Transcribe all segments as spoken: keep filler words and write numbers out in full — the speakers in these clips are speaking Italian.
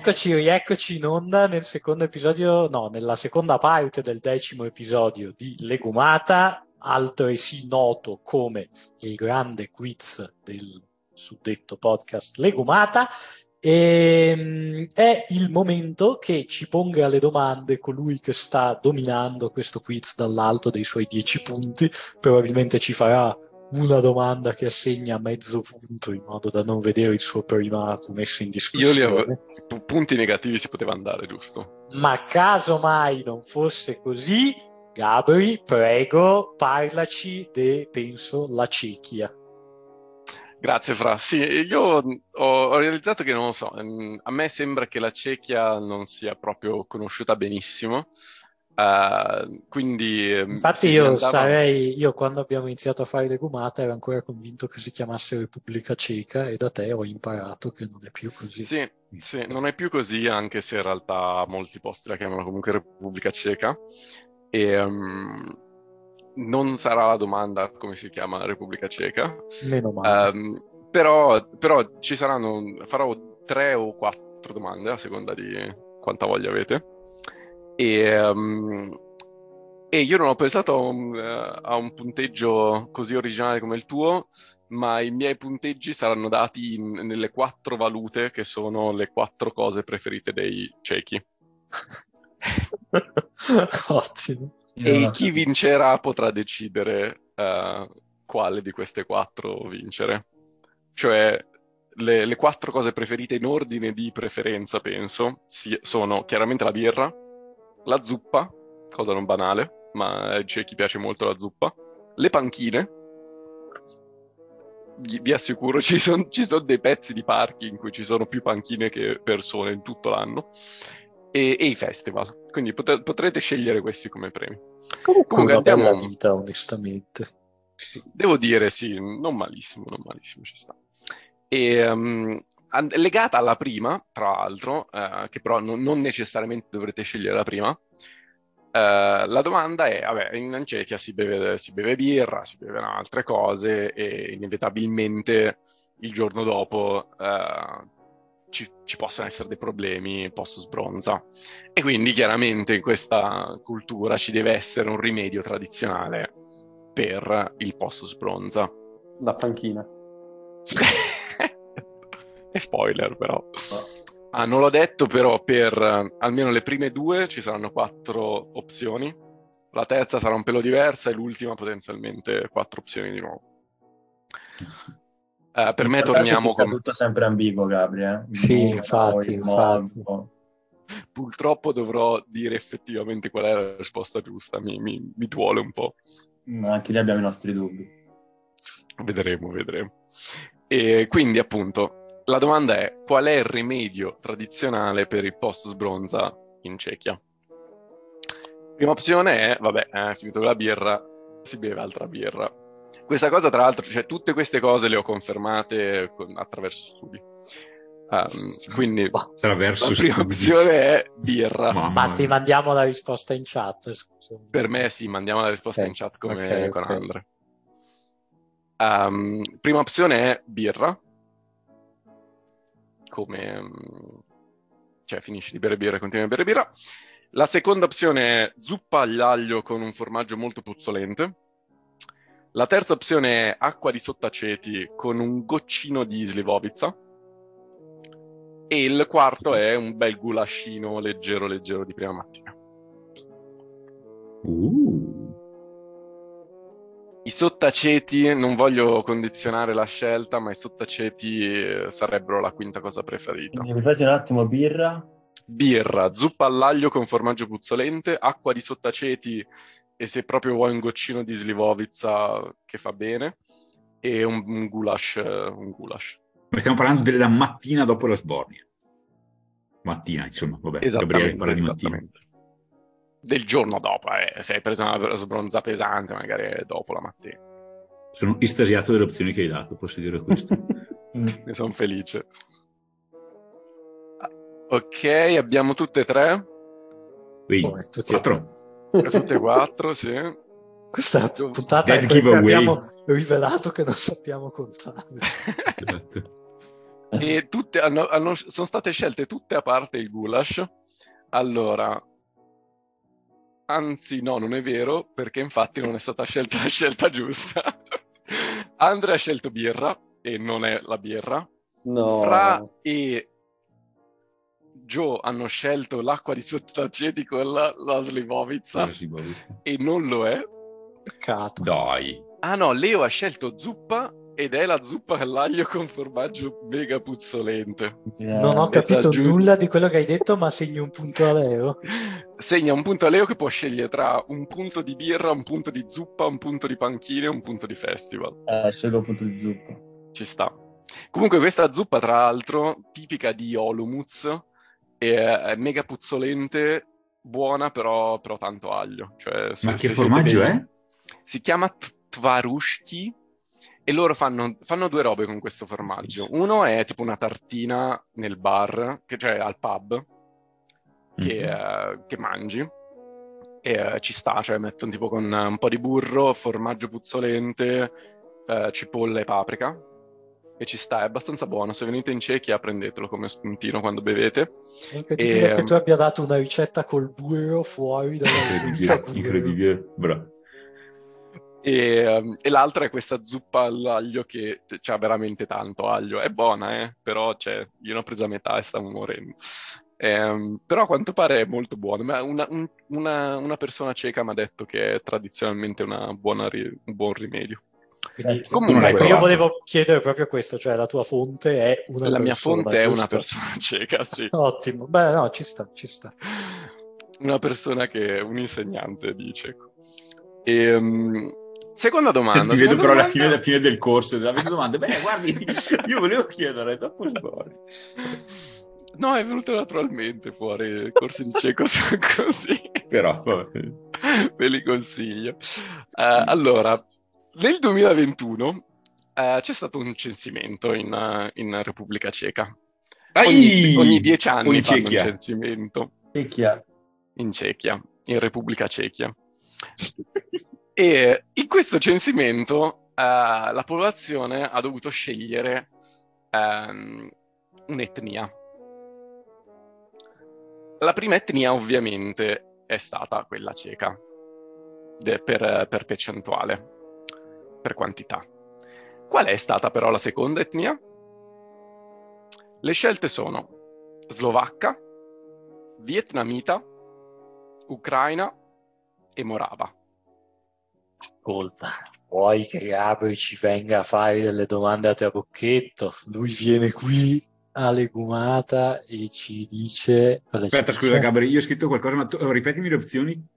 rieccoci, rieccoci in onda nel secondo episodio, no, nella seconda parte del decimo episodio di Legumata, altresì noto come il grande quiz del suddetto podcast Legumata. E, è il momento che ci ponga le domande colui che sta dominando questo quiz dall'alto dei suoi dieci punti. Probabilmente ci farà una domanda che assegna mezzo punto in modo da non vedere il suo primato messo in Io li discussione. avevo, punti negativi si poteva andare, giusto? Ma caso mai non fosse così, Gabri, prego, parlaci de, penso, la Cechia. Grazie Fra, sì, io ho, ho realizzato che non lo so, ehm, a me sembra che la Cechia non sia proprio conosciuta benissimo, uh, quindi ehm, Infatti sì, mi io andava... sarei, io quando abbiamo iniziato a fare Legumata ero ancora convinto che si chiamasse Repubblica Ceca e da te ho imparato che non è più così. Sì, sì, non è più così, anche se in realtà molti posti la chiamano comunque Repubblica Ceca. E um, non sarà la domanda come si chiama Repubblica Ceca. Meno male. Um, però, però ci saranno, farò tre o quattro domande a seconda di quanta voglia avete. E, um, e io non ho pensato a un, a un punteggio così originale come il tuo, ma i miei punteggi saranno dati in, nelle quattro valute che sono le quattro cose preferite dei cechi. Ottimo. E chi vincerà potrà decidere uh, quale di queste quattro vincere. Cioè, le, le quattro cose preferite in ordine di preferenza, penso, si, sono chiaramente la birra, la zuppa, cosa non banale, ma ai cechi piace molto la zuppa, le panchine, vi, vi assicuro ci sono ci son dei pezzi di parchi in cui ci sono più panchine che persone in tutto l'anno, e, e i festival. Quindi pot- potrete scegliere questi come premi. Comunque, Comunque una bella andiamo... vita, onestamente. Devo dire, sì, non malissimo, non malissimo, ci sta. E, um, and- legata alla prima, tra l'altro, eh, che però non, non necessariamente dovrete scegliere la prima, eh, la domanda è, vabbè, in Cechia si beve, si beve birra, si bevono altre cose e inevitabilmente il giorno dopo eh, ci, ci possono essere dei problemi post-sbronza. E quindi chiaramente in questa cultura ci deve essere un rimedio tradizionale per il post-sbronza. La panchina. E spoiler però. Ah, non l'ho detto, però per uh, almeno le prime due ci saranno quattro opzioni. La terza sarà un pelo diversa e l'ultima potenzialmente quattro opzioni di nuovo. Uh, per me torniamo con... con... tutto sempre ambiguo, Gabriele. Eh? Sì, numero, infatti, infatti. modo. Purtroppo dovrò dire effettivamente qual è la risposta giusta, mi, mi, mi duole un po'. Ma anche lì abbiamo i nostri dubbi. Vedremo, vedremo. E quindi appunto la domanda è: qual è il rimedio tradizionale per il post-sbronza in Cechia? Prima opzione è, vabbè, è finito con la birra, si beve altra birra. Questa cosa, tra l'altro, cioè tutte queste cose le ho confermate con, attraverso studi. Um, quindi attraverso la prima studi. opzione è birra. Ma ti mandiamo la risposta in chat, scusa. Per me sì, mandiamo la risposta okay. in chat come okay, con okay. Andre. Um, prima opzione è birra, come um, cioè finisci di bere birra e continui a bere birra. La seconda opzione è zuppa all'aglio con un formaggio molto puzzolente. La terza opzione è acqua di sottaceti con un goccino di slivovica. E il quarto è un bel gulascino leggero leggero di prima mattina. Uh. I sottaceti, non voglio condizionare la scelta, ma i sottaceti sarebbero la quinta cosa preferita. Mi ripeti un attimo, birra? Birra, zuppa all'aglio con formaggio puzzolente, acqua di sottaceti e se proprio vuoi un goccino di slivovica che fa bene, e un, un goulash, un goulash. Ma stiamo parlando della mattina dopo la sbornia. Mattina, insomma, vabbè. Esattamente, Gabriele parla di esattamente. Del giorno dopo, eh. Se hai preso una sbronza pesante, magari è dopo la mattina. Sono estasiato delle opzioni che hai dato, posso dire questo. Ne sono felice. Ok, abbiamo tutte e tre? Quindi, oh, tutti quattro. E tutte e quattro, sì. Questa puntata Dead è quella che giveaway. abbiamo rivelato che non sappiamo contare. Esatto. E tutte hanno, hanno- sono state scelte tutte a parte il goulash. Allora, anzi no, non è vero, perché infatti non è stata scelta la scelta giusta. Andre ha scelto birra, e non è la birra. No. Fra e Joe hanno scelto l'acqua di sottacetico e la, la Slivovica, Ah, sì, bravissimo. e non lo è. Peccato. Dai. Ah no, Leo ha scelto zuppa, ed è la zuppa all'aglio con formaggio mega puzzolente. Non ho Eh, capito aggiungi- nulla di quello che hai detto, ma segni un punto a Leo. Segna un punto a Leo, che può scegliere tra un punto di birra, un punto di zuppa, un punto di panchine e un punto di festival. eh, scelgo appunto di zuppa. Ci sta. Comunque questa zuppa, tra l'altro, tipica di Olomouc, è mega puzzolente, buona, però, però tanto aglio. Cioè, se- Ma che se siete formaggio dei- è? Si chiama t- Twarushki, e loro fanno, fanno due robe con questo formaggio. Uno è tipo una tartina nel bar, che, cioè al pub, che, Mhm. eh, che mangi, e eh, ci sta, cioè mettono tipo con un po' di burro, formaggio puzzolente, eh, cipolla e paprika, e ci sta, è abbastanza buono. Se venite in Cechia prendetelo come spuntino quando bevete. È incredibile E, che tu abbia dato una ricetta col burro fuori dalla rubrica Incredibile, burro. incredibile. Bravo. E, ehm, e l'altra è questa zuppa all'aglio che c'ha veramente tanto aglio. È buona, eh? Però cioè, io ne ho presa metà e stavo morendo. Ehm, però a quanto pare è molto buona. Ma una, un- una- una persona ceca mi ha detto che è tradizionalmente una buona ri- un buon rimedio. Quindi, Eh, comunque- non l'hai ecco, io provato. volevo chiedere proprio questo, cioè la tua fonte è una La mia persona, fonte è una giusto? persona ceca, sì. Ottimo, beh no, ci sta, ci sta. Una persona che è un insegnante di ceco. Ehm, seconda domanda. Ti vedo seconda però alla domanda- fine, alla fine del corso, la vedo domande. Beh, guardi, io volevo chiedere, dopo sbagli. No, è venuto naturalmente fuori. I corsi di ceco sono così. Però, vabbè. Ve li consiglio. Eh, allora, nel duemilaventuno eh, c'è stato un censimento in, eh, in Repubblica Ceca. Ogni, Ai! ogni dieci anni O in fanno Cechia. un censimento Picchia. in Cechia, in Repubblica Cechia. E in questo censimento eh, la popolazione ha dovuto scegliere ehm, un'etnia. La prima etnia ovviamente è stata quella ceca, de- per, per percentuale, per quantità. Qual è stata però la seconda etnia? Le scelte sono slovacca, vietnamita, ucraina e morava. Ascolta, vuoi che Gabri ci venga a fare delle domande a trabocchetto? Lui viene qui a Legumata e ci dice... cosa ci Aspetta, dice? scusa, Gabri, io ho scritto qualcosa, ma tu, ripetimi le opzioni.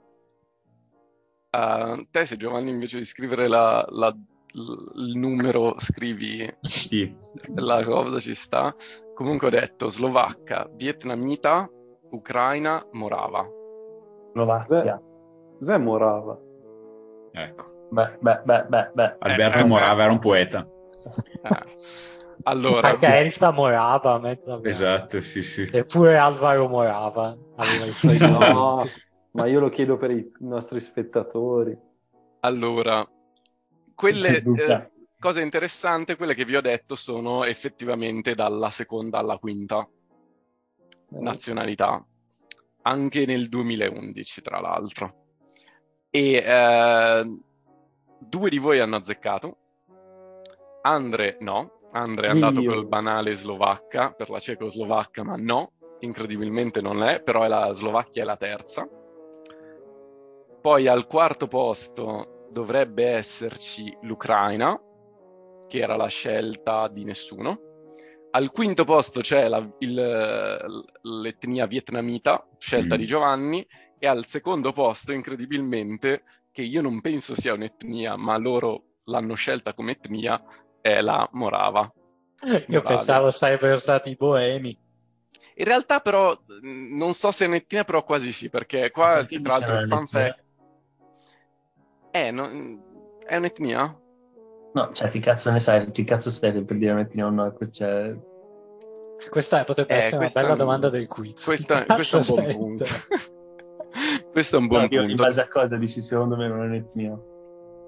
Uh, te, se Giovanni, invece di scrivere la, la- l- il numero, scrivi Sì. la cosa, ci sta. Comunque ho detto slovacca, vietnamita, ucraina, morava. Slovacchia. Cos'è Morava? Ecco. Beh, beh, beh, beh, beh. Alberto Eh, eh. Morava era un poeta. Eh. Allora, Anche Elsa Morava, mezza brava. Esatto, sì, sì. Eppure Alvaro Morava aveva i suoi Esatto. momenti. No, ma io lo chiedo per i nostri spettatori. allora quelle Luca. eh, cose interessanti, quelle che vi ho detto, sono effettivamente dalla seconda alla quinta nazionalità, anche nel duemilaundici, tra l'altro. E eh, due di voi hanno azzeccato. Andre no. Andre è andato Dio. col banale slovacca, per la cecoslovacca, ma no, incredibilmente non è, però è la Slovacchia è la terza. Poi al quarto posto dovrebbe esserci l'Ucraina, che era la scelta di nessuno. Al quinto posto c'è la- il- l'etnia vietnamita, scelta Mm. di Giovanni, e al secondo posto, incredibilmente, che io non penso sia un'etnia, ma loro l'hanno scelta come etnia, è la Morava. Io Moravia. pensavo sarebbero stati i boemi. In realtà però, mh, non so se è un'etnia, però quasi sì, perché qua, Perché tra l'altro, il dice fun fact... Eh, no, è un'etnia? No, cioè, che cazzo ne sai? Che cazzo stai per dire un'etnia o no? Cioè, Questa potrebbe Eh, essere una questa- bella domanda del quiz. Questa, Che questo è un cazzo buon sei punto. te? Questo è un buon no, io in punto. base a cosa dici secondo me non è un'etnia?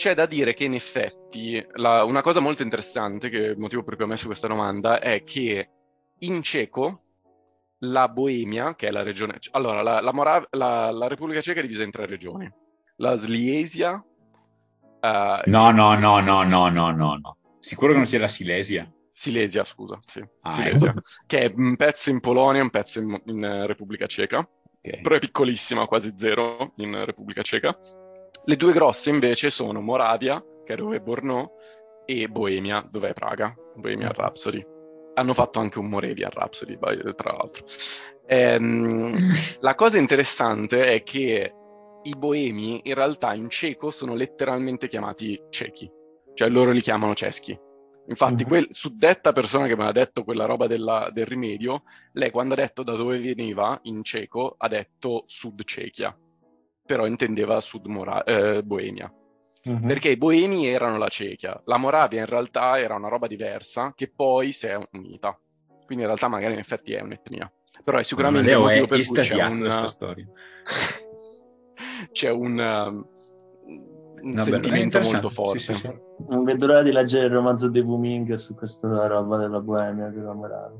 c'è da dire che in effetti la- una cosa molto interessante, che è il motivo per cui ho messo questa domanda, è che in ceco la Boemia, che è la regione... Allora, la, la, Morav- la- la Repubblica Ceca è divisa in tre regioni. La Sliesia... eh, No, no, no, no, no, no, no, no. Sicuro che non sia la Silesia? Silesia, scusa, sì, Ah, Silesia, ecco. che è un pezzo in Polonia e un pezzo in, in eh, Repubblica Ceca, Ok. però è piccolissima, quasi zero in Repubblica Ceca. Le due grosse invece sono Moravia, che è dove è Brno, e Boemia, dove è Praga, Bohemian Rhapsody. Hanno fatto anche un Moravia Rhapsody, by- tra l'altro. Ehm, la cosa interessante è che i boemi in realtà in ceco sono letteralmente chiamati cechi, cioè loro li chiamano ceschi. Infatti, Mhm. quel suddetta persona che mi ha detto quella roba della- del rimedio, lei quando ha detto da dove veniva in ceco ha detto Sud Cechia, però intendeva Sud Mora- eh, Boemia. Mhm. Perché i boemi erano la Cechia, la Moravia in realtà era una roba diversa che poi si è unita. Quindi in realtà magari in effetti è un'etnia. Però è Ma sicuramente il Leo motivo è per cui c'è estasiato da questa un, storia. c'è un, um, un No, bello. È sentimento molto interessante. forte. Sì, sì, sì. Non vedo l'ora di leggere il romanzo di Wu Ming su questa roba della Boemia, della Moravia.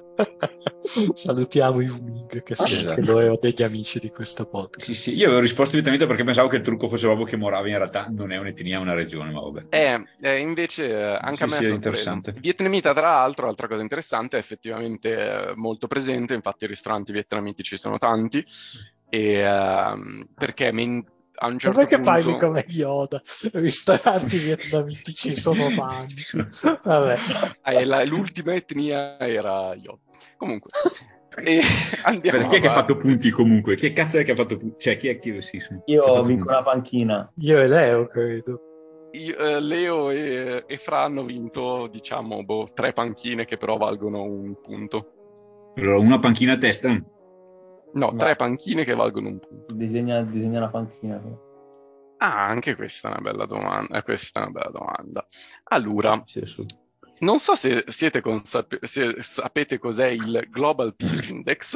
Salutiamo i Wing, che, sì, Esatto. che noi ho degli amici di questo podcast. Sì, sì, io avevo risposto direttamente perché pensavo che il trucco fosse proprio che Moravia in realtà non è un'etnia, è una regione, ma vabbè. Eh, eh, invece eh, anche Sì, a me sì, è è sorpreso. interessante. Il vietnamita, tra l'altro, altra cosa interessante, è effettivamente eh, molto presente, infatti i ristoranti vietnamiti ci sono tanti, e, ehm, perché men- a un Ma certo perché parli punto... come Yoda? Ristoranti vietnamiti ci sono tanti. Vabbè. Eh, la- l'ultima etnia era io. Comunque, e andiamo Per chi è che ha fatto avanti. punti comunque? Chi cazzo è che ha fatto punti? Cioè, chi è che sì, sì, chi ha Io fatto vinco punti? una panchina. Io e Leo, credo. Io- eh, Leo e, e Fra hanno vinto, diciamo, boh, tre panchine che però valgono un punto. Allora, una panchina a testa? No, Ma- tre panchine che valgono un punto. Disegna, disegna una panchina. Ah, anche questa è una bella domanda. eh, Questa è una bella domanda. Allora, Sì, sì. non so se siete consape- se sapete cos'è il Global Peace Index.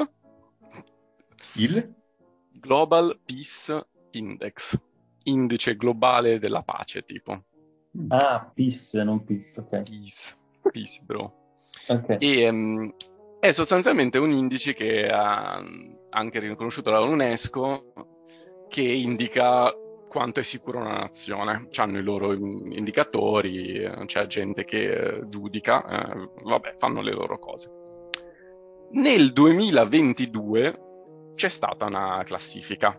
Il? Global Peace Index, indice globale della pace, tipo. Ah, peace, non peace, ok. Peace, peace, bro. Ok. E, um, è sostanzialmente un indice che ha anche riconosciuto dall'UNESCO, che indica quanto è sicura una nazione. Hanno i loro indicatori, c'è gente che giudica, eh, vabbè, fanno le loro cose. Nel duemilaventidue c'è stata una classifica.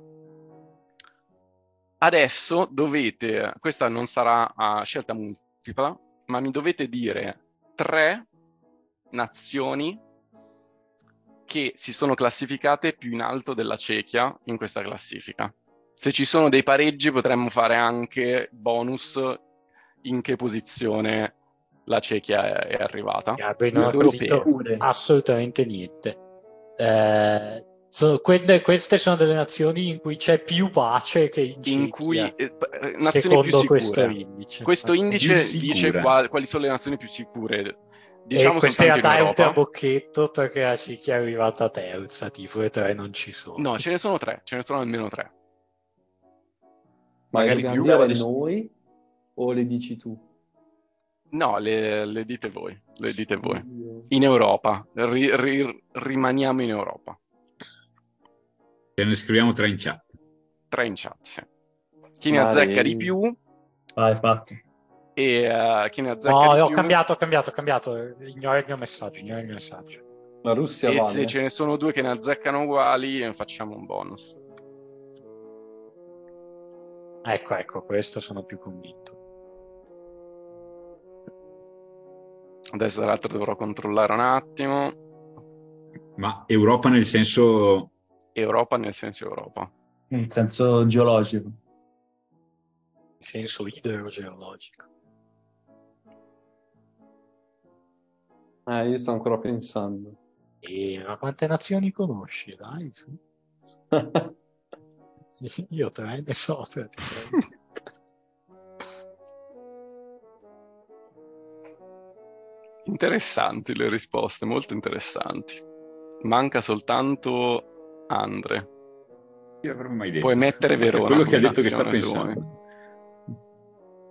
Adesso dovete, questa non sarà a scelta multipla, ma mi dovete dire tre nazioni che si sono classificate più in alto della Cechia in questa classifica. Se ci sono dei pareggi potremmo fare anche bonus in che posizione la Cechia è, è arrivata. Gabri, non ho Europee. capito assolutamente niente. Eh, sono- quelle- queste sono delle nazioni in cui c'è più pace che in In cui Cechia, eh, p- eh, nazioni più secondo questo sicure. indice. Questo Nazioni indice più dice sicure. qua- quali sono le nazioni più sicure, E diciamo questo in soltanto in realtà è un Europa. trabocchetto perché la Cechia è arrivata terza, tipo e tre non ci sono. No, ce ne sono tre, ce ne sono almeno tre. Ma le Magari dobbiamo più. dire Abbiamo noi o le dici tu? No, le, le dite voi, le dite voi. Io. In Europa, Ri- ri- rimaniamo in Europa. E ne scriviamo tre in chat. Tre in chat, sì. Chi ne Ma azzecca lei- di più Vai, fatto. e eh, chi ne azzecca No, di ho più. cambiato, ho cambiato, ho cambiato. Ignora il mio messaggio, ignora il mio messaggio. La Russia E vale. se ce ne sono due che ne azzeccano uguali, eh, facciamo un bonus. Ecco, ecco, questo sono più convinto. Adesso tra l'altro dovrò controllare un attimo. Ma Europa nel senso... Europa nel senso Europa. In senso geologico. In senso idrogeologico. Eh, io sto ancora pensando. E ma quante nazioni conosci? Dai, su. Io tre ne so praticamente. Interessanti le risposte, molto interessanti. Manca soltanto Andre. Io l'avrei mai detto. Puoi mettere Perché Verona. quello che ha come detto che sta nazione, se vuoi. pensando.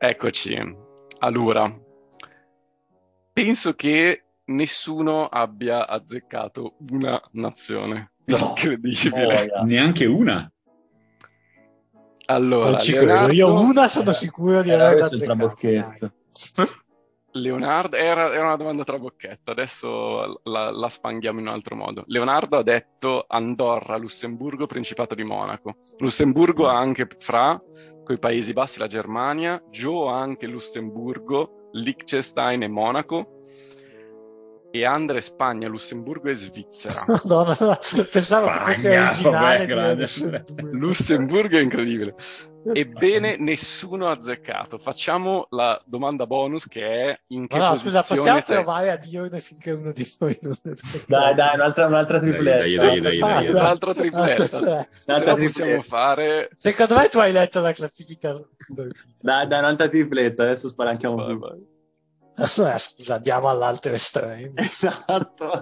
Eccoci. Allora, penso che nessuno abbia azzeccato una nazione. No. Incredibile. Boia. Neanche una. Allora, Non ci credo, Leonardo, io una sono sicuro di Era aver questo il azzeccato. trabocchetto. Leonardo era, era una domanda trabocchetto, adesso la, la spanghiamo in un altro modo. Leonardo ha detto Andorra, Lussemburgo, Principato di Monaco. Lussemburgo ha anche fra, coi Paesi Bassi, la Germania. Joe ha anche Lussemburgo, Liechtenstein e Monaco. E Andre Spagna, Lussemburgo e Svizzera. Madonna, pensavo che fosse Spagna, originale vabbè, dire grande. Lussemburgo. Lussemburgo è incredibile. Ebbene, nessuno ha azzeccato. Facciamo la domanda bonus, che è in che Ma no, posizione scusa, possiamo te- provare a dirne finché uno di noi non ne Dai, dai, un'altra, un'altra Dai, tripletta. dai, dai, dai, dai, dai. Un'altra tripletta. Se Un'altra no tripletta. possiamo fare... Secondo me tu hai letto la classifica. Dai, dai, un'altra tripletta, adesso spalanchiamo Vai, tu. vai. Eh, scusa, andiamo all'altro estremo. Esatto.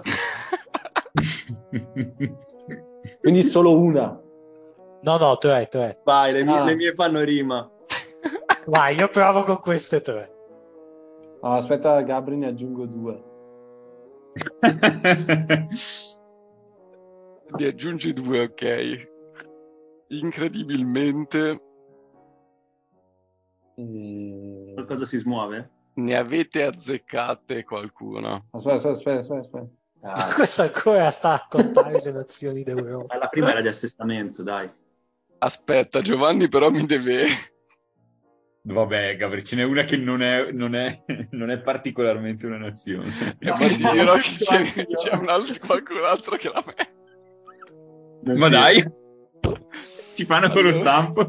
Quindi solo una. No, no, tre, tre. Vai, le mie, Ah. le mie fanno rima. Vai, io provo con queste tre. Ah, aspetta, Gabri, ne aggiungo due. Ne aggiungi due, ok. Incredibilmente E... Qualcosa si smuove? ne avete azzeccate qualcuna. Aspetta, aspetta, aspetta, aspetta. Ah, Questo ancora sta a contare le nazioni d'Europa. ma la prima era di assestamento, dai. Aspetta, Giovanni però mi deve... Vabbè, Gabri, ce n'è una che non è, non è, non è particolarmente una nazione. E poi ti dirò che c'è, c'è un altro, qualcun altro che la me. Non Ma ci- dai, ci fanno con lo Allora. stampo.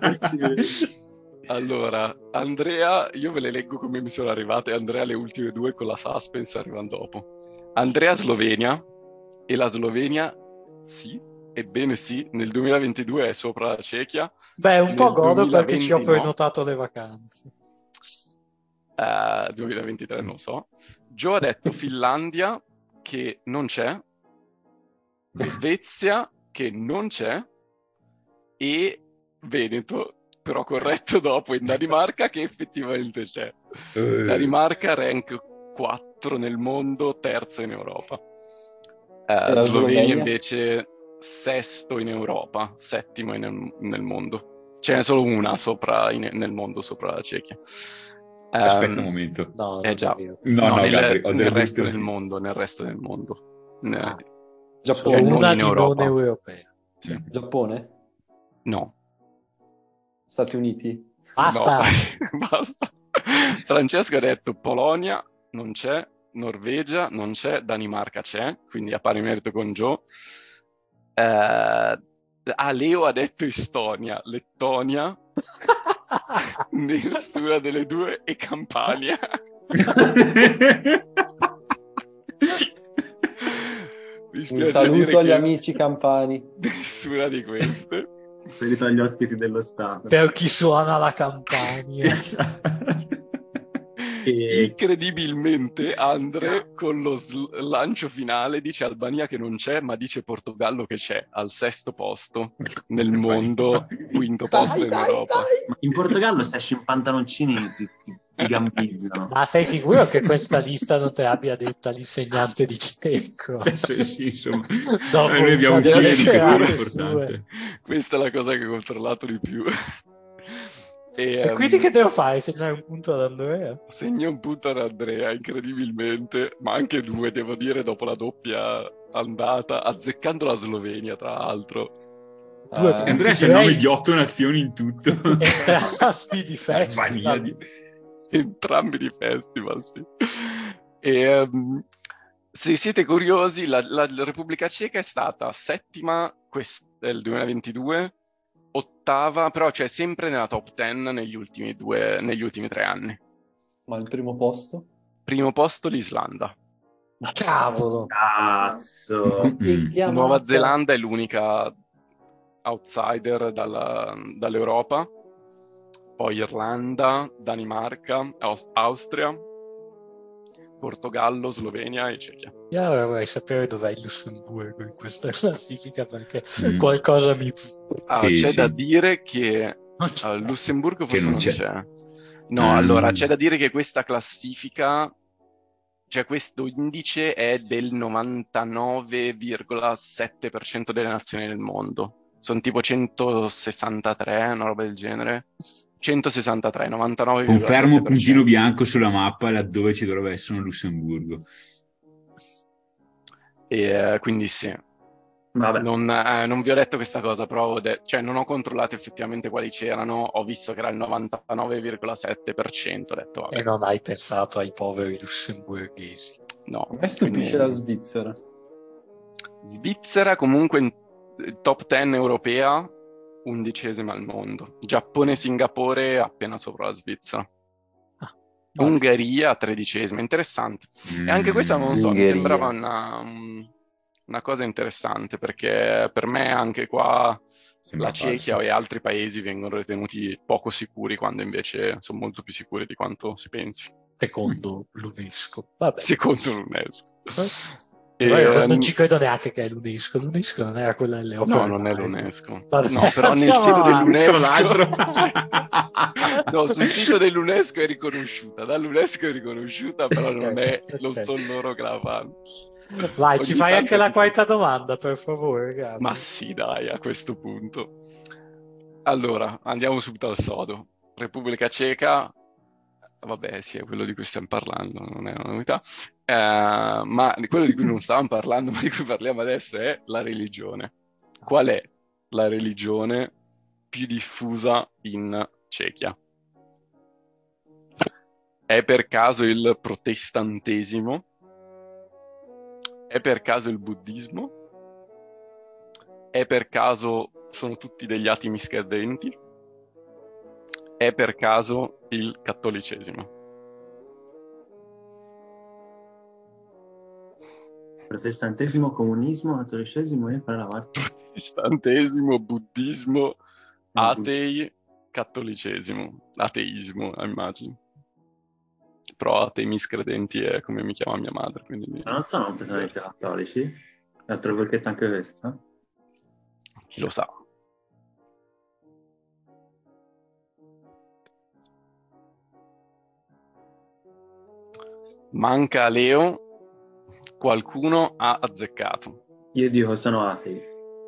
Allora, Andrea, io ve le leggo come mi sono arrivate. Andrea le ultime due con la suspense arrivano dopo. Andrea Slovenia, e la Slovenia, sì, ebbene sì, nel duemilaventidue è sopra la Cechia. Beh, un po' Nel godo perché ci ho duemilaventi no. prenotato le vacanze. Uh, duemilaventitré non lo so. Joe ha detto Finlandia, che non c'è, Svezia, che non c'è, e Veneto, però corretto dopo, in Danimarca, che effettivamente c'è. Eh, Danimarca rank quattro nel mondo, terzo in Europa. Uh, la Slovenia Slovenia? invece sesto in Europa, settimo in- nel mondo. Ce n'è solo una sopra in- nel mondo sopra la Cechia. Aspetta Ehm, un momento. No, eh non già. è vero. No, no, nel, Gabri, ho nel delle resto brutte- del mondo, nel resto del mondo. Ne- Ah. Cioè, Solo non una in di Europa. non europea. Sì. Giappone? No. Stati Uniti? Basta! No. Basta. Francesco ha detto Polonia, non c'è, Norvegia, non c'è, Danimarca c'è, quindi a pari merito con Joe. Eh, ah, Leo ha detto Estonia, Lettonia, nessuna delle due, e Campania. Mi Un spiace dire saluto agli che amici campani. nessuna di queste. Ferito agli ospiti dello Stato. Per chi suona la campagna. E... Incredibilmente Andre con lo sl- lancio finale dice Albania che non c'è, ma dice Portogallo che c'è al sesto posto nel mondo, quinto posto in Europa. Ma in Portogallo se esci in pantaloncini ti, ti, ti gambizzano. Ma sei sicuro che questa lista non te l'abbia detta l'insegnante di Cecco? Adesso sì, insomma. Dopo Noi abbiamo un una figlio delle educatore serate importante. Questa è la cosa che ho controllato di più. E, E ehm, quindi che devo fare? Segnare un punto ad Andrea? segno un punto ad Andrea, incredibilmente, ma anche due, devo dire, dopo la doppia andata, azzeccando la Slovenia, tra l'altro. Due Eh, Andrea c'è il direi nome di otto nazioni in tutto. entrambi di Albania festival. di- Entrambi di festival, sì. E, ehm, se siete curiosi, la, la Repubblica Ceca è stata settima quest- del duemilaventidue, ottava, però c'è sempre nella top dieci negli ultimi due, negli ultimi tre anni. Ma il primo posto? Primo posto l'Islanda. Ma cavolo! Cazzo. Mm. Chiamata- Nuova Zelanda è l'unica outsider dalla- dall'Europa. Poi Irlanda, Danimarca, Aus- Austria, Portogallo, Slovenia e Cechia. Io allora vorrei sapere dov'è il Lussemburgo in questa classifica perché Mm. qualcosa mi... Ah, Sì, c'è sì. da dire che Non c'è. al Lussemburgo Che forse non non c'è. c'è. No, Um, allora c'è da dire che questa classifica, cioè questo indice è del novantanove virgola sette per cento delle nazioni del mondo. Sono tipo centosessantatré, una roba del genere. centosessantatré, Confermo novantanove virgola sette per puntino cento. bianco sulla mappa laddove ci dovrebbe essere un Lussemburgo. E eh, quindi sì. Vabbè, Non, eh, non vi ho detto questa cosa, però ho de- cioè non ho controllato effettivamente quali c'erano, ho visto che era il novantanove virgola sette per cento, ho detto vabbè, E non hai pensato ai poveri lussemburghesi. no. A me stupisce Quindi- la Svizzera. Svizzera comunque in eh, top dieci europea, undicesima al mondo. Giappone e Singapore appena sopra la Svizzera. Vabbè. Ungheria tredicesima, interessante. E anche questa non so, mi Ungheria. sembrava una, um, una cosa interessante, perché per me anche qua Sembra la Cechia falso. e altri paesi vengono ritenuti poco sicuri, quando invece sono molto più sicuri di quanto si pensi, Secondo l'UNESCO. Vabbè. secondo l'UNESCO. E poi E, non um, ci credo neanche che è l'UNESCO. L'UNESCO non era quella delle opere No, non è d'arte. l'UNESCO. Vabbè, No, però nel andiamo sito avanti. dell'UNESCO... Tra l'altro. No, sul sito dell'UNESCO è riconosciuta. Dall'UNESCO è riconosciuta, però non, è, Ok, non ok. sono loro che la fanno. Vai, ci Ogni fai tanto anche la ti- quarta domanda, per favore, Gabri. Ma sì, dai, a questo punto. Allora, andiamo subito al sodo. Repubblica Ceca, vabbè, sì, è quello di cui stiamo parlando, non è una novità. Eh, ma quello di cui non stavamo parlando, ma di cui parliamo adesso è la religione. Qual è la religione più diffusa in Cechia? È per caso il protestantesimo? È per caso il buddismo? È per caso sono tutti degli atei scadenti? È per caso il cattolicesimo? protestantesimo, comunismo, cattolicesimo e qual è la quarta? Protestantesimo, buddismo, Ah, atei, cattolicesimo, ateismo, immagino. Però atei miscredenti è come mi chiama mia madre, quindi mi- Ma non sono completamente cattolici? L'altro perché anche questa? chi lo sa. Manca Leo, qualcuno ha azzeccato. Io dico sono atei.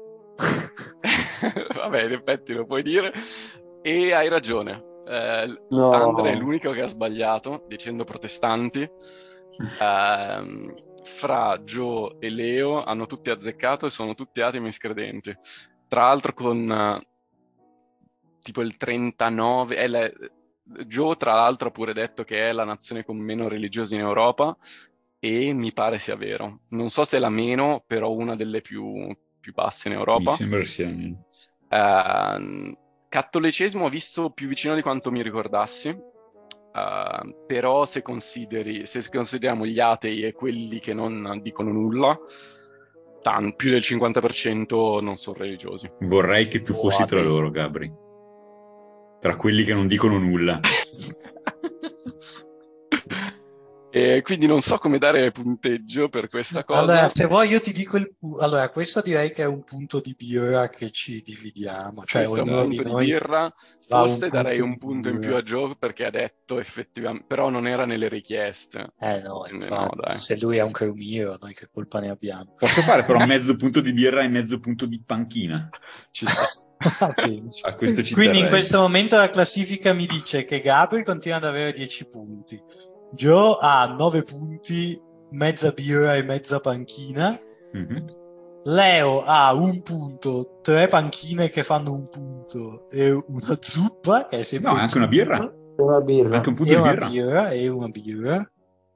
Vabbè, in effetti lo puoi dire. E hai ragione. Eh, No. Andre è l'unico che ha sbagliato, dicendo protestanti. Ehm, Fra Joe e Leo hanno tutti azzeccato e sono tutti atei miscredenti. Tra l'altro con eh, tipo il trentanove... È la- Joe, tra l'altro, ha pure detto che è la nazione con meno religiosi in Europa e mi pare sia vero. Non so se è la meno, però una delle più, più basse in Mi Europa. sembra sia meno. Uh, cattolicesimo ho visto più vicino di quanto mi ricordassi, uh, però se consideri se consideriamo gli atei e quelli che non dicono nulla, tan- più del cinquanta per cento non sono religiosi. Vorrei che tu fossi tra loro, Gabri. Tra quelli che non dicono nulla. E quindi non so come dare punteggio per questa cosa. Allora, se vuoi io ti dico il pu- allora, questo direi che è un punto di birra che ci dividiamo, cioè Questo è un ognuno di punto di noi birra. va a un Forse darei punto un di punto in birra. più a Joe perché ha detto effettivamente, però non era nelle richieste. Eh no, Quindi infatti, no, dai. se lui è un cremiro, noi che colpa ne abbiamo? Posso fare però mezzo punto di birra e mezzo punto di panchina? Ci sta. Va bene. A questo ci Quindi in terrei. questo momento la classifica mi dice che Gabri continua ad avere dieci punti, Joe ha nove punti, mezza birra e mezza panchina, Mhm. Leo ha un punto, tre panchine che fanno un punto e una zuppa che è sempre No, anche una zuppa, birra. Una birra. Anche un punto e di una birra. birra e una birra.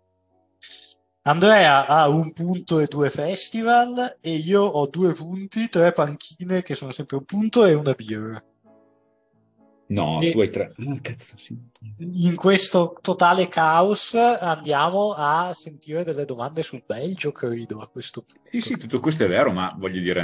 Andrea ha un punto e due festival e io ho due punti, tre panchine che sono sempre un punto e una birra. No, E- tu hai tre. Ah, cazzo, sì. In questo totale caos andiamo a sentire delle domande sul Belgio, credo, a questo punto. Sì, sì, tutto questo è vero, ma voglio dire...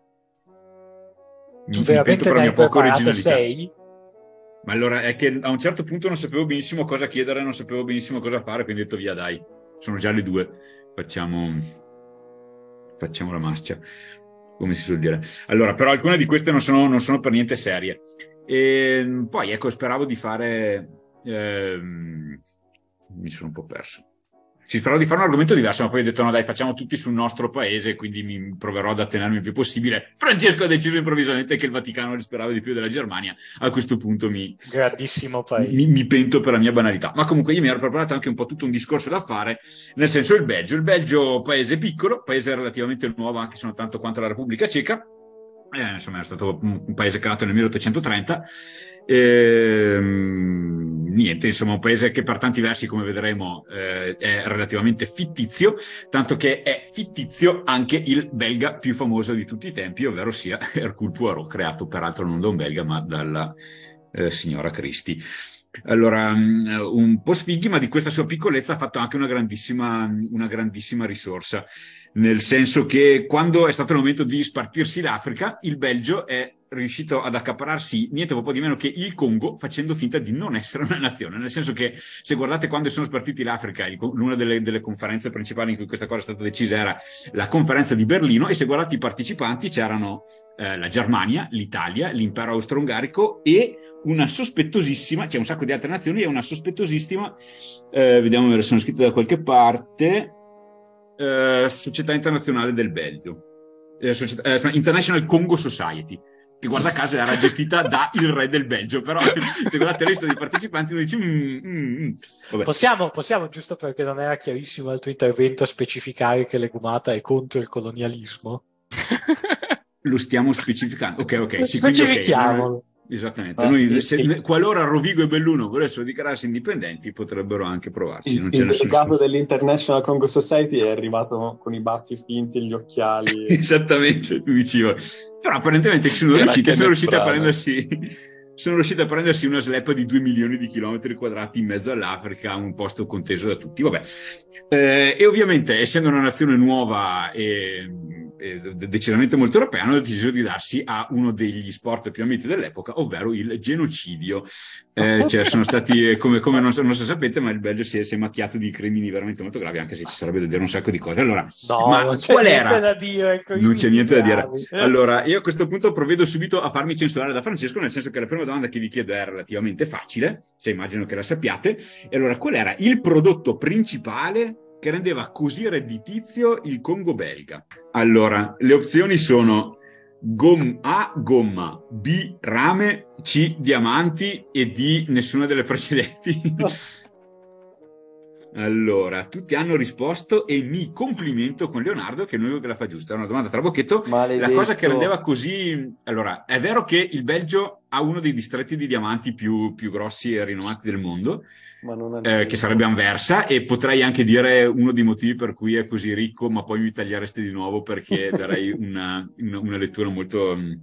Tu Mi, mi pento veramente per ne la hai mia poca preparate originalità. sei? Ma allora è che a un certo punto non sapevo benissimo cosa chiedere, non sapevo benissimo cosa fare, quindi ho detto via, dai, sono già le due, facciamo, facciamo la mascia, come si suol dire. Allora, però alcune di queste non sono, non sono per niente serie. E poi ecco, speravo di fare ehm, mi sono un po' perso. Ci speravo di fare un argomento diverso, ma poi ho detto no dai, facciamo tutti sul nostro paese, quindi mi proverò ad attenermi il più possibile. Francesco ha deciso improvvisamente che il Vaticano risperava di più della Germania. A questo punto mi, grandissimo paese. mi, mi pento per la mia banalità. Ma comunque io mi ero preparato anche un po' tutto un discorso da fare, nel senso il Belgio. Il Belgio, paese piccolo, paese relativamente nuovo, anche se non tanto quanto la Repubblica Ceca. Eh, insomma, è stato un paese creato nel milleottocentotrenta. Ehm, niente, insomma, un paese che per tanti versi, come vedremo, eh, è relativamente fittizio, tanto che è fittizio anche il belga più famoso di tutti i tempi, ovvero sia Hercule Poirot, creato peraltro non da un belga, ma dalla eh, signora Christie. Allora, un po' sfighi, ma di questa sua piccolezza ha fatto anche una grandissima, una grandissima risorsa, nel senso che quando è stato il momento di spartirsi l'Africa, il Belgio è riuscito ad accaparrarsi niente po' di meno che il Congo, facendo finta di non essere una nazione, nel senso che se guardate quando sono spartiti l'Africa, una delle, delle conferenze principali in cui questa cosa è stata decisa era la conferenza di Berlino, e se guardate i partecipanti c'erano eh, la Germania, l'Italia, l'impero austro-ungarico e una sospettosissima, c'è un sacco di altre nazioni, e una sospettosissima, eh, vediamo me le sono scritte da qualche parte, eh, Società Internazionale del Belgio, eh, società, eh, International Congo Society, che guarda caso era gestita da il re del Belgio, però se guardate la lista dei partecipanti uno dice mm, mm, mm. Vabbè. Possiamo, possiamo, giusto perché non era chiarissimo il tuo intervento, specificare che Legumata è contro il colonialismo? Lo stiamo specificando, ok, ok, sì, specifichiamolo. Okay. Esattamente, Ah, noi, il, se, il, qualora Rovigo e Belluno volessero dichiararsi indipendenti potrebbero anche provarci. Il, non c'è il nessun delegato dell'International Congo Society è arrivato con i baffi finti, gli occhiali. Esattamente, tu dicevo. Però apparentemente sono riusciti, sono riusciti a prendersi sono riusciti a prendersi una sleppa di due milioni di chilometri quadrati in mezzo all'Africa, un posto conteso da tutti. Vabbè, eh, e ovviamente essendo una nazione nuova e decisamente molto europea, hanno deciso di darsi a uno degli sport più amati dell'epoca, ovvero il genocidio. Eh, cioè sono stati, come, come non, non so sapete, ma il Belgio si è, si è macchiato di crimini veramente molto gravi, anche se ci sarebbe da dire un sacco di cose. Allora, no, ma non c'è qual niente era? da dire. Non c'è niente gravi. da dire. Allora, io a questo punto provvedo subito a farmi censurare da Francesco, nel senso che la prima domanda che vi chiedo è relativamente facile, cioè immagino che la sappiate. E allora, qual era il prodotto principale che rendeva così redditizio il Congo belga? Allora, le opzioni sono gom- A, gomma, B, rame, C, diamanti e D, nessuna delle precedenti. Allora, tutti hanno risposto e mi complimento con Leonardo, che è l'unico che la fa giusta. È una domanda trabocchetto. Maledetto. La cosa che rendeva così... Allora, è vero che il Belgio ha uno dei distretti di diamanti più, più grossi e rinomati del mondo, Ma non è eh, che sarebbe Anversa, e potrei anche dire uno dei motivi per cui è così ricco, ma poi mi tagliereste di nuovo perché darei una, una, una lettura molto, um,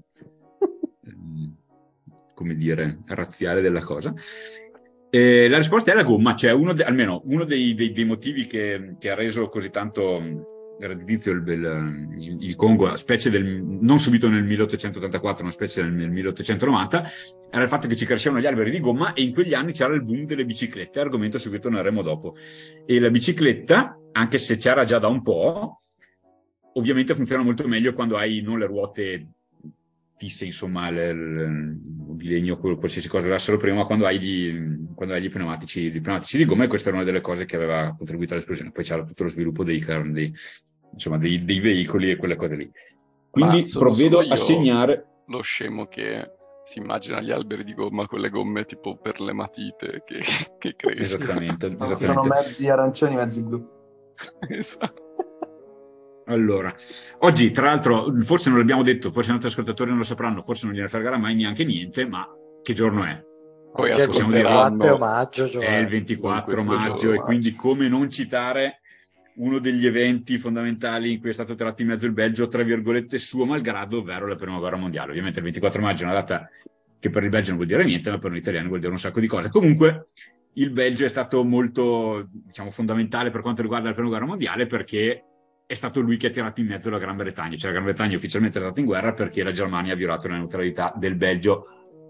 come dire, razziale della cosa. E la risposta è la gomma, cioè uno de, almeno uno dei, dei, dei motivi che, che ha reso così tanto redditizio il, il, il Congo, specie del, non subito nel milleottocentottantaquattro, ma specie nel, nel milleottocentonovanta, era il fatto che ci crescevano gli alberi di gomma e in quegli anni c'era il boom delle biciclette, argomento su cui torneremo dopo. E la bicicletta, anche se c'era già da un po', ovviamente funziona molto meglio quando hai non le ruote fisse, insomma, le, le, di legno, qualsiasi cosa usassero prima, ma quando hai gli, quando hai gli pneumatici, gli pneumatici di gomma, e questa era una delle cose che aveva contribuito all'esplosione. Poi c'era tutto lo sviluppo dei, dei, insomma, dei, dei veicoli e quelle cose lì. Quindi provvedo a segnare lo scemo che si immagina gli alberi di gomma con le gomme tipo per le matite che, che crescono. Esattamente, esattamente. Sono mezzi arancioni, mezzi blu. Esatto. Allora, oggi tra l'altro, forse non l'abbiamo detto, forse i nostri ascoltatori non lo sapranno, forse non gliene fregherà mai neanche niente, ma che giorno è? Poi Oggi è possiamo il dire ventiquattro maggio, è Giovanni. il ventiquattro Questo maggio, giorno, e quindi come non citare uno degli eventi fondamentali in cui è stato tratto in mezzo il Belgio, tra virgolette, suo malgrado, ovvero la prima guerra mondiale. Ovviamente il ventiquattro maggio è una data che per il Belgio non vuol dire niente, ma per noi italiani vuol dire un sacco di cose. Comunque il Belgio è stato molto, diciamo, fondamentale per quanto riguarda la prima guerra mondiale, perché è stato lui che ha tirato in mezzo la Gran Bretagna. Cioè la Gran Bretagna ufficialmente è andata in guerra perché la Germania ha violato la neutralità del Belgio.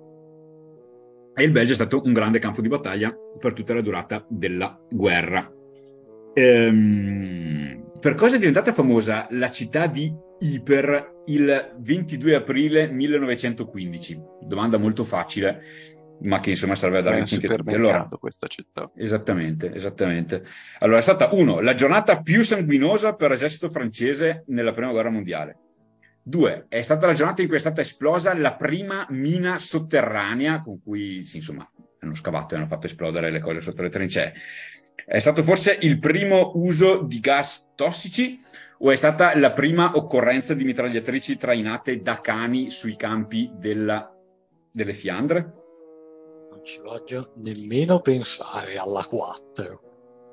E il Belgio è stato un grande campo di battaglia per tutta la durata della guerra. Ehm, per cosa è diventata famosa la città di Ypres il ventidue aprile millenovecentoquindici? Domanda molto facile. ma che insomma serve a dare È i un punti a tutti. supermercato Allora, questa città. esattamente, esattamente. Allora, è stata uno, la giornata più sanguinosa per l'esercito francese nella prima guerra mondiale. Due, è stata la giornata in cui è stata esplosa la prima mina sotterranea con cui, sì, insomma, hanno scavato e hanno fatto esplodere le cose sotto le trincee. È stato forse il primo uso di gas tossici o è stata la prima occorrenza di mitragliatrici trainate da cani sui campi della, delle Fiandre? Non ci voglio nemmeno pensare alla quattro.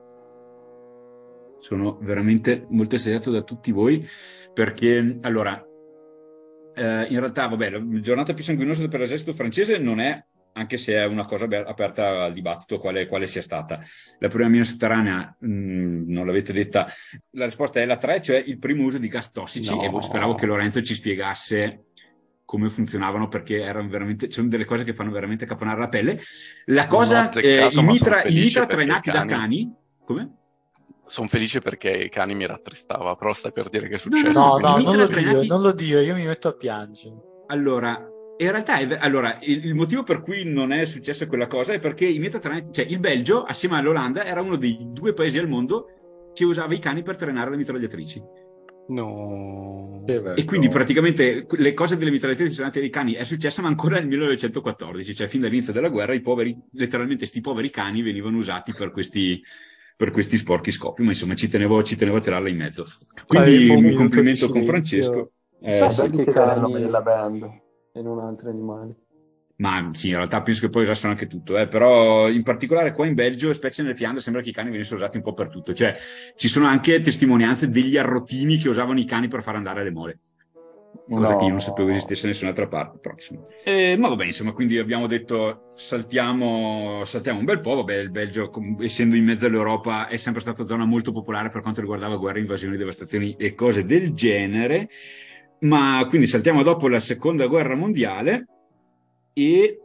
Sono veramente molto esagerato da tutti voi perché, allora, eh, in realtà, vabbè, la giornata più sanguinosa per l'esercito francese non è, anche se è una cosa aperta al dibattito quale, quale sia stata. La prima mina sotterranea, mh, non l'avete detta, la risposta è la tre, cioè il primo uso di gas tossici, No. e speravo che Lorenzo ci spiegasse come funzionavano, perché erano veramente, sono delle cose che fanno veramente caponare la pelle. La cosa, Non ho azzeccato, eh, i ma mitra, sono i mitra felice trainati perché da i cani- cani, come? Sono felice perché i cani mi rattristava, però stai per dire che è successo. no, No, quindi- no, i non mitra lo trainati- dire, non lo dire, io mi metto a piangere. Allora, in realtà, è, allora, il, il motivo per cui non è successa quella cosa è perché i mitra trainati, cioè il Belgio, assieme all'Olanda, era uno dei due paesi al mondo che usava i cani per trainare le mitragliatrici. No. Che E vergogna. quindi praticamente le cose delle mitragliatrici trainate dei cani è successa, ma ancora nel millenovecentoquattordici, cioè fin dall'inizio della guerra, i poveri, letteralmente sti poveri cani venivano usati per questi, per questi sporchi scopi, ma insomma ci tenevo, ci tenevo a tirarla in mezzo. Quindi Faremo un un minuto complimento di con silenzio. Francesco. Eh, Chissà sì. perché Che era il nome cani della band. e non altri animali. Ma sì, in realtà penso che poi usassero anche tutto, eh. Però in particolare qua in Belgio, specie nelle Fiandre, sembra che i cani venissero usati un po' per tutto. Cioè ci sono anche testimonianze degli arrotini che usavano i cani per far andare le mole. Cosa No. che io non sapevo esistesse da nessun'altra parte. Però, insomma. Eh, ma vabbè, insomma, quindi abbiamo detto saltiamo, saltiamo un bel po'. Vabbè, il Belgio, com- essendo in mezzo all'Europa, è sempre stata zona molto popolare per quanto riguardava guerre, invasioni, devastazioni e cose del genere. Ma quindi saltiamo dopo la seconda guerra mondiale e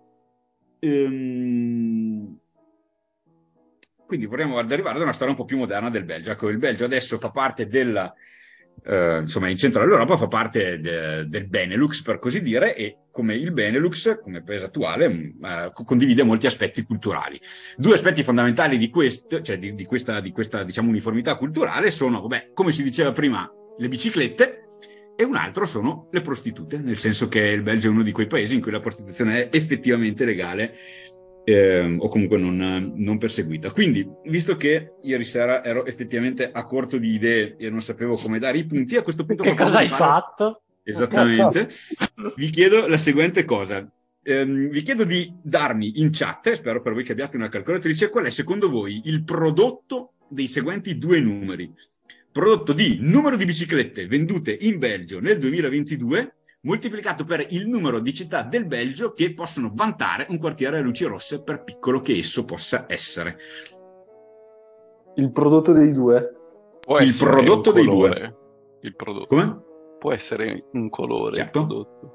ehm, quindi vorremmo arrivare ad una storia un po' più moderna del Belgio. Ecco, il Belgio adesso fa parte della Uh, insomma in centro all'Europa, fa parte de, del Benelux per così dire, e come il Benelux come paese attuale uh, condivide molti aspetti culturali. Due aspetti fondamentali di, quest, cioè di, di questa, di questa diciamo uniformità culturale sono, vabbè, come si diceva prima, le biciclette, e un altro sono le prostitute, nel senso che il Belgio è uno di quei paesi in cui la prostituzione è effettivamente legale, Eh, o comunque non, non perseguita. Quindi, visto che ieri sera ero effettivamente a corto di idee e non sapevo come dare i punti, a questo punto Che cosa hai fare... fatto? Esattamente. Vi chiedo la seguente cosa. Eh, vi chiedo di darmi in chat, spero per voi che abbiate una calcolatrice, qual è secondo voi il prodotto dei seguenti due numeri. Prodotto di numero di biciclette vendute in Belgio nel duemilaventidue moltiplicato per il numero di città del Belgio che possono vantare un quartiere a luci rosse, per piccolo che esso possa essere. Il prodotto dei due? Può Il essere prodotto un dei colore, due. Il prodotto. Come? Può essere un colore, Certo. il prodotto.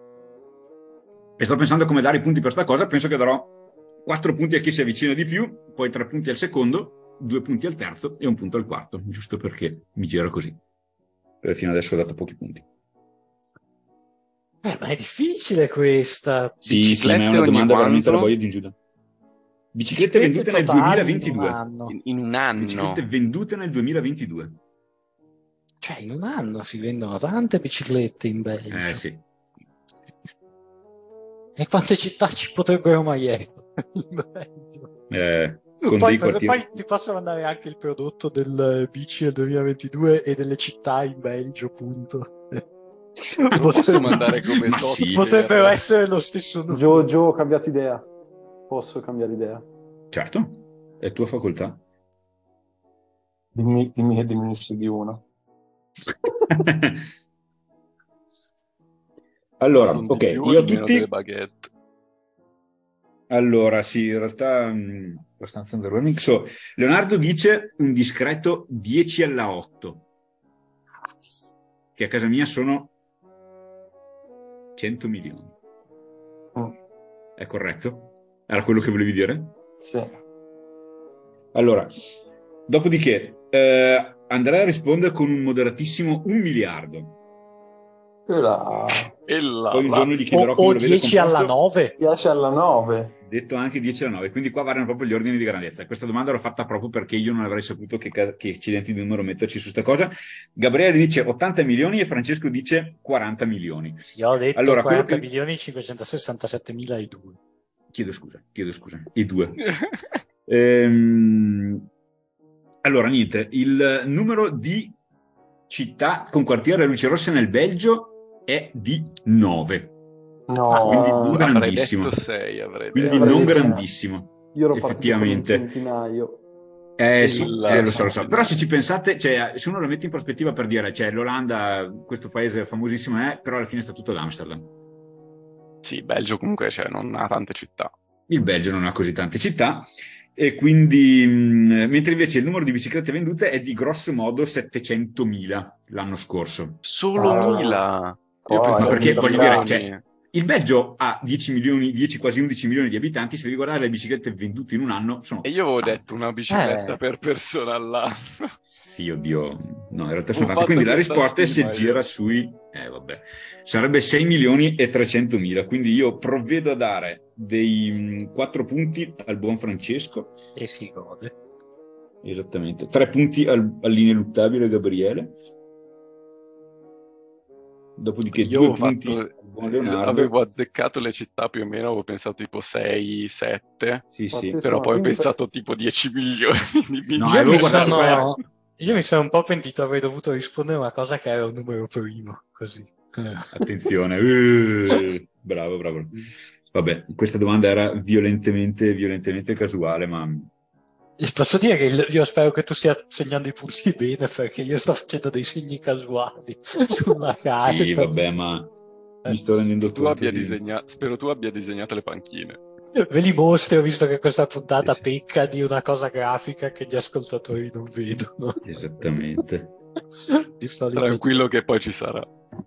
E sto pensando come dare i punti per sta cosa. Penso che darò quattro punti a chi si avvicina di più, poi tre punti al secondo, due punti al terzo e un punto al quarto, giusto perché mi gira così. Per fino adesso ho dato pochi punti. Eh, ma è difficile questa. Sì, sì, ma è una ogni domanda veramente quanto? la boia di Giuda. Biciclette vendute nel totali duemilaventidue. in un anno. In, in un anno. Biciclette vendute nel duemilaventidue. Cioè, in un anno si vendono tante biciclette in Belgio. Eh sì. E quante città ci potrebbero mai essere in Belgio? Eh, con Poi, dei quartieri... poi ti posso mandare anche il prodotto del bici del duemilaventidue e delle città in Belgio, punto. Non posso mandare come Ma tot sì. Potrebbero per- essere lo stesso numero. Gio, Gio, ho cambiato idea. Posso cambiare idea? Certo, è tua facoltà. Dimmi, dimmi che diminuisce di uno. Allora, Sono di ok, più o io a di meno tutti... delle baguette. Allora, sì, in realtà mh, abbastanza underwhelming. So, Leonardo dice un discreto dieci alla otto, che a casa mia sono cento milioni. Mm. È corretto? Era quello che volevi dire? Sì. Allora, dopodiché, eh, Andrea risponde con un moderatissimo un miliardo. E là, E là, Poi un là. giorno gli O, chiederò o come lo vede dieci alla composto. nove. dieci alla nove. detto anche dieci alla nove, quindi qua variano proprio gli ordini di grandezza. Questa domanda l'ho fatta proprio perché io non avrei saputo che, che accidenti di numero metterci su sta cosa. Gabriele dice ottanta milioni e Francesco dice quaranta milioni. Io ho detto allora, quaranta che... milioni cinquecentosessantasettemila e due. Chiedo scusa, chiedo scusa, e due. ehm... Allora, niente, il numero di città con quartiere a luci rosse nel Belgio è di nove. No, Quindi non avrei grandissimo. detto sei, avrei Quindi detto. non detto- grandissimo. Io ero partito con un Effettivamente. centinaio. Eh sì, Il- eh, lo so, lo so. Però se ci pensate, cioè, se uno lo mette in prospettiva per dire, cioè, l'Olanda, questo paese famosissimo è, però alla fine sta tutto ad Amsterdam. Sì, Belgio comunque cioè, non ha tante città. Il Belgio non ha così tante città e quindi, mh, mentre invece il numero di biciclette vendute è di grosso modo settecentomila l'anno scorso. Solo Ah. mila! Io Oh, pensavo Ma perché, milioni. voglio dire, cioè, il Belgio ha dieci milioni, dieci, quasi undici milioni di abitanti, se devi guardare le biciclette vendute in un anno sono E io avevo tante. detto una bicicletta Eh. per persona all'anno. Sì, oddio, no, in realtà sono Ho tante. fatto Quindi la questa risposta è se stima, gira io. sui, eh vabbè, sarebbe sei milioni e trecentomila. Quindi io provvedo a dare dei mh, quattro punti al buon Francesco, E si gode. esattamente, tre punti al, all'ineluttabile Gabriele. Dopodiché Io due ho punti fatto, al buon Leonardo. avevo azzeccato le città più o meno, avevo pensato tipo sei, sette, Sì, sì. Pazzesco, però ma poi ho quindi per- pensato tipo dieci milioni di No, io, avevo mi guardato sono, quella- io mi sono un po' pentito, avrei dovuto rispondere una cosa che era un numero primo, così. Eh. Attenzione, eh, bravo, bravo. Vabbè, questa domanda era violentemente, violentemente casuale, ma Posso dire che il- io spero che tu stia segnando i punti bene, perché io sto facendo dei segni casuali sulla carta. sì, vabbè, ma mi sto rendendo Tu conto abbia di... disegna- Spero tu abbia disegnato le panchine. Ve li mostro, visto che questa puntata Sì, sì. pecca di una cosa grafica che gli ascoltatori non vedono. Esattamente. Di solito Tranquillo che poi ci sarà.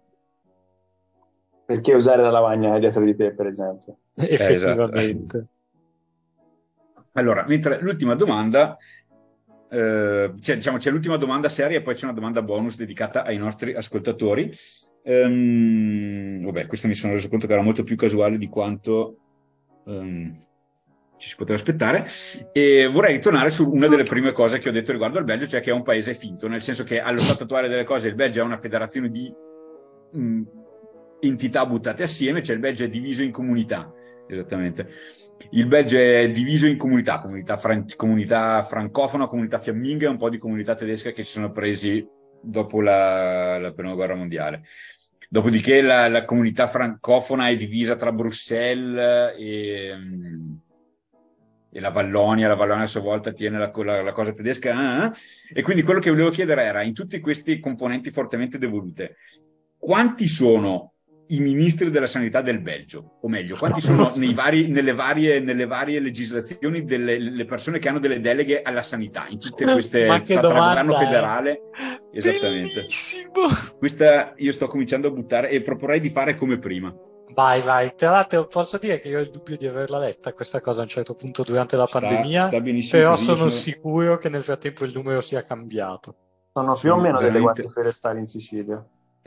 Perché usare la lavagna dietro di te, per esempio? c'è. Effettivamente. Allora, mentre l'ultima domanda, eh, cioè, diciamo, c'è l'ultima domanda seria e poi c'è una domanda bonus dedicata ai nostri ascoltatori. Ehm, vabbè, questo mi sono reso conto che era molto più casuale di quanto ehm, ci si poteva aspettare, e vorrei ritornare su una delle prime cose che ho detto riguardo al Belgio, cioè che è un paese finto, nel senso che allo stato attuale delle cose il Belgio è una federazione di mh, entità buttate assieme, cioè il Belgio è diviso in comunità, esattamente. Il Belgio è diviso in comunità, comunità, fran- comunità francofona, comunità fiamminga e un po' di comunità tedesca che si sono presi dopo la, la prima guerra mondiale. Dopodiché la, la comunità francofona è divisa tra Bruxelles e, e la Vallonia, la Vallonia a sua volta tiene la, la, la cosa tedesca, eh? E quindi quello che volevo chiedere era, in tutti questi componenti fortemente devolute, quanti sono i ministri della sanità del Belgio, o meglio, quanti sono nei vari, nelle, varie, nelle varie legislazioni delle le persone che hanno delle deleghe alla sanità, in tutte queste, Ma che tra, tra domanda governo è? federale, esattamente. Bellissimo! Questa io sto cominciando a buttare e proporrei di fare come prima. Vai, vai. Tra l'altro posso dire che io ho il dubbio di averla letta questa cosa a un certo punto durante la Sta, pandemia, sta benissimo però così, io sono sono- sicuro che nel frattempo il numero sia cambiato. Sono più Sono o meno delle veramente- guardie forestali in Sicilia.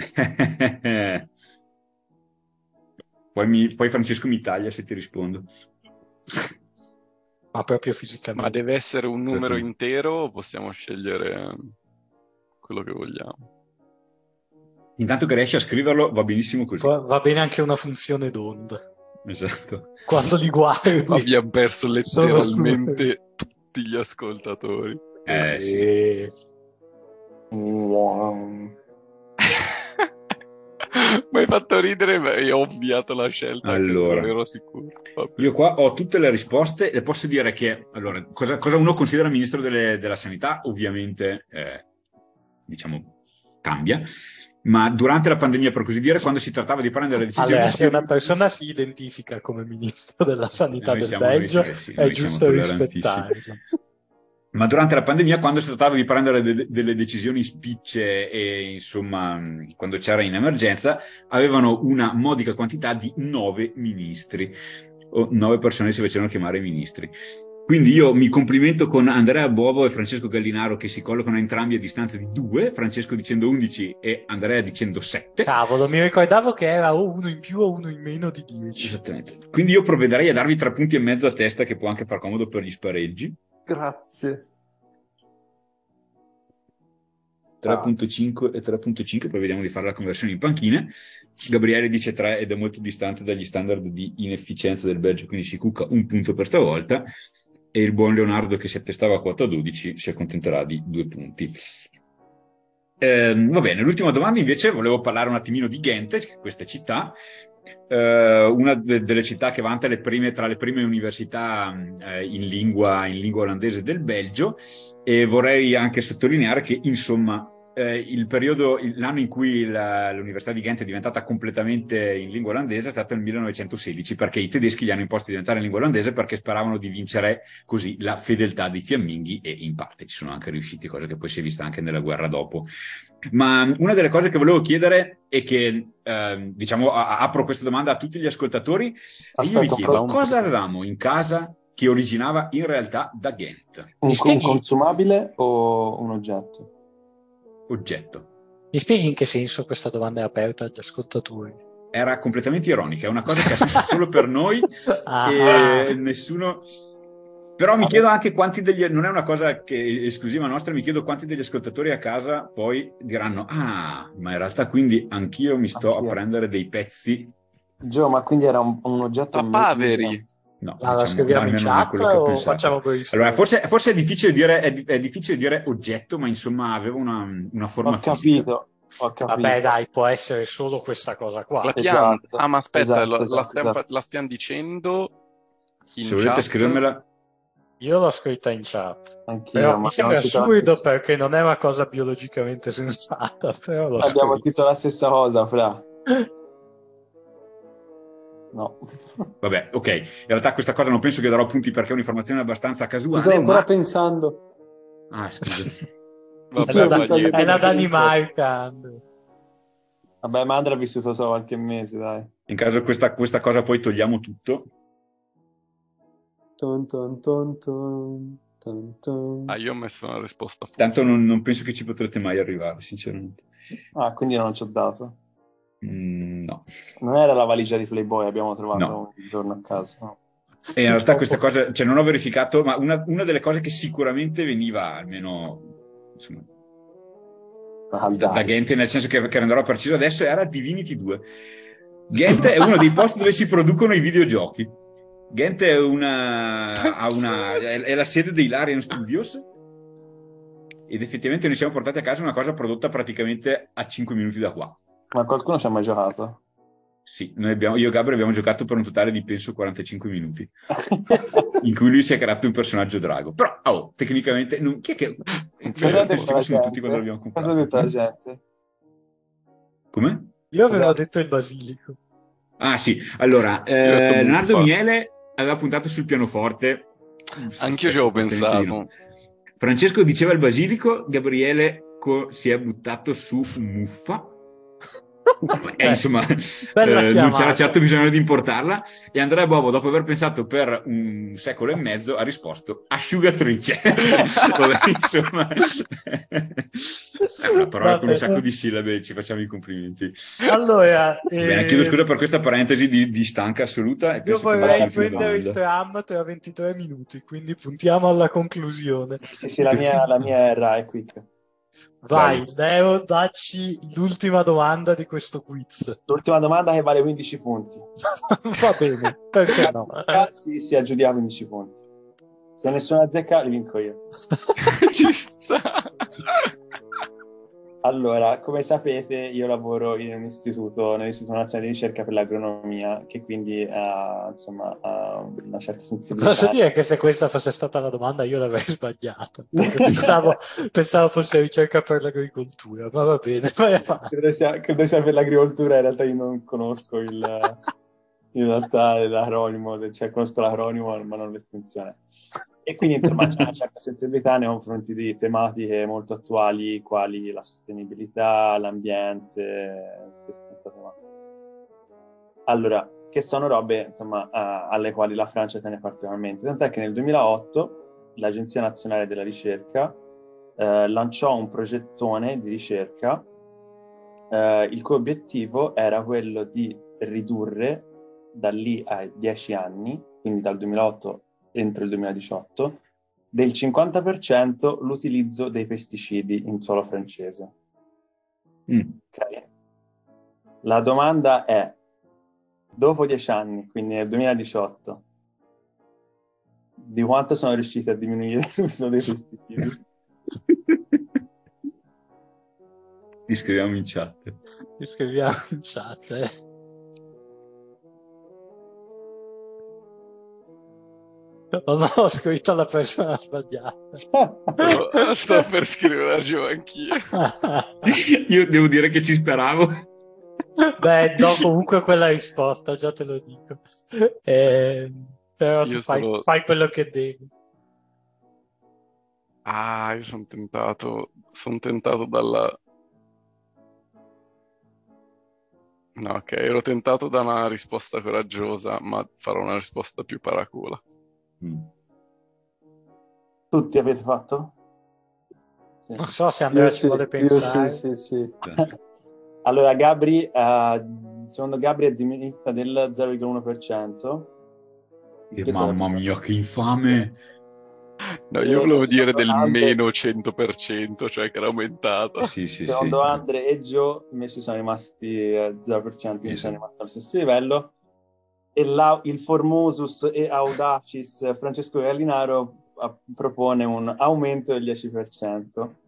poi, mi, poi Francesco mi taglia se ti rispondo. Ma proprio Ma fisicamente. deve essere un numero Esattamente. intero o possiamo scegliere quello che vogliamo? Intanto che riesci a scriverlo va benissimo così. Va, va bene anche una funzione d'onda. Esatto. Quando li guardi. Abbiamo perso Sono letteralmente tutti gli ascoltatori. Eh sì. Eh, Wow. Mi hai fatto ridere e ho ovviato la scelta. Allora. Che non ero sicuro. Vabbè. Io qua ho tutte le risposte e posso dire che, allora, cosa, cosa uno considera ministro delle- della sanità? Ovviamente, eh, diciamo, cambia, ma durante la pandemia, per così dire, quando si trattava di prendere le decisioni... Allora, se una persona si identifica come ministro della sanità Noi del siamo- noi Belgio, siamo- sì, è noi giusto siamo tollerantissimi. rispettarlo. Ma durante la pandemia, quando si trattava di prendere de- delle decisioni spicce e insomma, mh, quando c'era in emergenza, avevano una modica quantità di nove ministri, o nove persone si facevano chiamare ministri. Quindi io mi complimento con Andrea Bovo e Francesco Gallinaro che si collocano entrambi a distanza di due, Francesco dicendo undici e Andrea dicendo sette. Cavolo, mi ricordavo che era o uno in più o uno in meno di dieci. Esattamente. Quindi io provvederei a darvi tre punti e mezzo a testa, che può anche far comodo per gli spareggi. Grazie. tre virgola cinque e tre virgola cinque, poi vediamo di fare la conversione in panchine. Gabriele dice tre ed è molto distante dagli standard di inefficienza del Belgio, quindi si cucca un punto per stavolta. E il buon Leonardo, che si attestava a quattro a dodici, si accontenterà di due punti. Eh, va bene, l'ultima domanda invece volevo parlare un attimino di Ghent, questa città, eh, una de- delle città che vanta le prime, tra le prime università eh, in lingua, in lingua olandese del Belgio, e vorrei anche sottolineare che insomma eh, il periodo, l'anno in cui la, l'Università di Ghent è diventata completamente in lingua olandese è stato il millenovecentosedici, perché i tedeschi gli hanno imposto di diventare in lingua olandese perché speravano di vincere così la fedeltà dei fiamminghi, e in parte ci sono anche riusciti, cosa che poi si è vista anche nella guerra dopo. Ma una delle cose che volevo chiedere e che eh, diciamo a- apro questa domanda a tutti gli ascoltatori, e io vi Aspetta, chiedo però un- cosa avevamo in casa che originava in realtà da Ghent. Un, Mi spieghi- un consumabile o un oggetto? Oggetto. Mi spieghi in che senso questa domanda è aperta agli ascoltatori? Era completamente ironica, è una cosa che ha senso solo per noi Ah, e nessuno. Però mi chiedo anche quanti degli, non è una cosa che è esclusiva nostra, mi chiedo quanti degli ascoltatori a casa poi diranno: ah, ma in realtà quindi anch'io mi sto Anch'io. a prendere dei pezzi. Gio, ma quindi era un, un oggetto... Papaveri. No, Ah, la diciamo, scriviamo in almeno non è chat quello che ho o pensato. facciamo brainstorm? Allora, forse, forse è difficile dire, è, di- è difficile dire oggetto, ma insomma aveva una, una forma Ho fisica. capito, ho capito. Vabbè, dai, può essere solo questa cosa qua. La pianta. Esatto, Ah, ma aspetta, esatto, lo- la, esatto, stiamo, fa- esatto. la stiamo dicendo in Se volete chat? scrivermela, Io l'ho scritta in chat. Anch'io, Però ma mi abbiamo sembra scritto la assurdo stessa- perché non è una cosa biologicamente sensata, però l'ho Abbiamo scritta. scritto la stessa cosa, Fra. No. vabbè, ok. In realtà questa cosa non penso che darò punti perché è un'informazione abbastanza casuale, Sto ancora ma... pensando. Ah, scusa. Vabbè, È la, ma Io- è la Danimarca, Andrea. Vabbè, ma Andrea ha vissuto solo qualche mese, dai. In caso questa, questa cosa poi togliamo tutto. Ton, ton, ton, ton, ton, ton. Ah, io ho messo una risposta falsa. Tanto non, non penso che ci potrete mai arrivare, sinceramente. Ah, quindi non ci ho dato. Mm, no. Non era la valigia di Playboy, abbiamo trovato No. un giorno a caso. No. E in realtà questa cosa, cioè non ho verificato, ma una, una delle cose che sicuramente veniva, almeno insomma, Ah, da, da dai. Ghent, nel senso che, che renderò preciso adesso, era Divinity due. Ghent è uno dei posti dove si producono i videogiochi. Ghent è una, ha una è, è la sede dei Larian Studios, ed effettivamente noi siamo portati a casa una cosa prodotta praticamente a cinque minuti da qua. Ma qualcuno ci ha mai giocato? Sì, noi abbiamo, io e Gabriele abbiamo giocato per un totale di penso quarantacinque minuti, in cui lui si è creato un personaggio drago. Però, oh, tecnicamente, non, chi è che... Cosa ha eh, detto la sono tutti gente? quando l'abbiamo comprato. Cosa ha detto la gente? Come? Io avevo Esatto. detto il basilico. Ah sì, allora, Io ho detto eh, Leonardo muffa. Miele aveva puntato sul pianoforte. Anch'io ci avevo Assolutamente di pensato. no. Francesco diceva il basilico, Gabriele co- si è buttato su muffa. Eh, insomma, bella eh, non chiamata. c'era certo bisogno di importarla. E Andrea Bobo, dopo aver pensato per un secolo e mezzo, ha risposto asciugatrice. Vabbè, insomma, è una parola con un Vabbè. sacco di sillabe, ci facciamo i complimenti. Allora, Bene, eh, chiedo scusa per questa parentesi di, di stanca assoluta. E io penso che vorrei vada l'ultima prendere il domanda. tram tra ventitré minuti, quindi puntiamo alla conclusione. Sì, sì, la mia, la mia era è quick. Vai, Vai. Leo, dacci l'ultima domanda di questo quiz. L'ultima domanda che vale quindici punti. Va bene, perché no? Sì, sì, aggiudiamo quindici punti. Se nessuno azzecca, li vinco io. Ci sta. Allora, come sapete, io lavoro in un istituto, nell'Istituto Nazionale di Ricerca per l'Agronomia, che quindi ha, insomma, ha una certa sensibilità. Posso dire che se questa fosse stata la domanda io l'avrei sbagliata, perché pensavo, pensavo fosse ricerca per l'agricoltura, ma va bene, vai avanti. Credo sia, credo sia per l'agricoltura, in realtà io non conosco il, in realtà l'acronimo, cioè conosco l'acronimo ma non l'estensione. E quindi insomma c'è una certa sensibilità nei confronti di tematiche molto attuali quali la sostenibilità, l'ambiente. Allora, che che sono robe, insomma, uh, alle quali la Francia tiene particolarmente. Tant'è che nel duemilaotto l'Agenzia Nazionale della Ricerca uh, lanciò un progettone di ricerca uh, il cui obiettivo era quello di ridurre da lì ai dieci anni, quindi dal duemilaotto entro il duemiladiciotto, del cinquanta per cento l'utilizzo dei pesticidi in suolo francese. Mm. Okay. La domanda è, dopo dieci anni, quindi nel duemiladiciotto, di quanto sono riusciti a diminuire l'uso dei pesticidi? Ti scriviamo in chat. Ti scriviamo in chat, eh. Oh no, ho scritto alla persona sbagliata. No, sto per scriverci anch'io. Io devo dire che ci speravo. Beh, do comunque quella risposta, già te lo dico. Eh, però Io tu fai, sono- fai quello che devi. Ah, io sono tentato, sono tentato dalla... No, ok, ero tentato da una risposta coraggiosa, ma farò una risposta più paracola. Mm. Tutti avete fatto? Sì. Non so se Andrea Io ci sì, vuole io pensare. sì, sì, sì. Allora, Gabri, eh, secondo Gabri è diminuita del zero virgola uno per cento. E Che mamma sarebbe- mia, che infame! No, io Eh, volevo secondo dire del Andre- meno cento per cento, cioè che era aumentata. Sì, sì, sì. Secondo Andre e Joe invece sono rimasti al zero per cento, quindi Esatto. sono rimasti allo stesso livello. E la- il Formosus e Audacis Francesco Gallinaro a- propone un aumento del dieci per cento.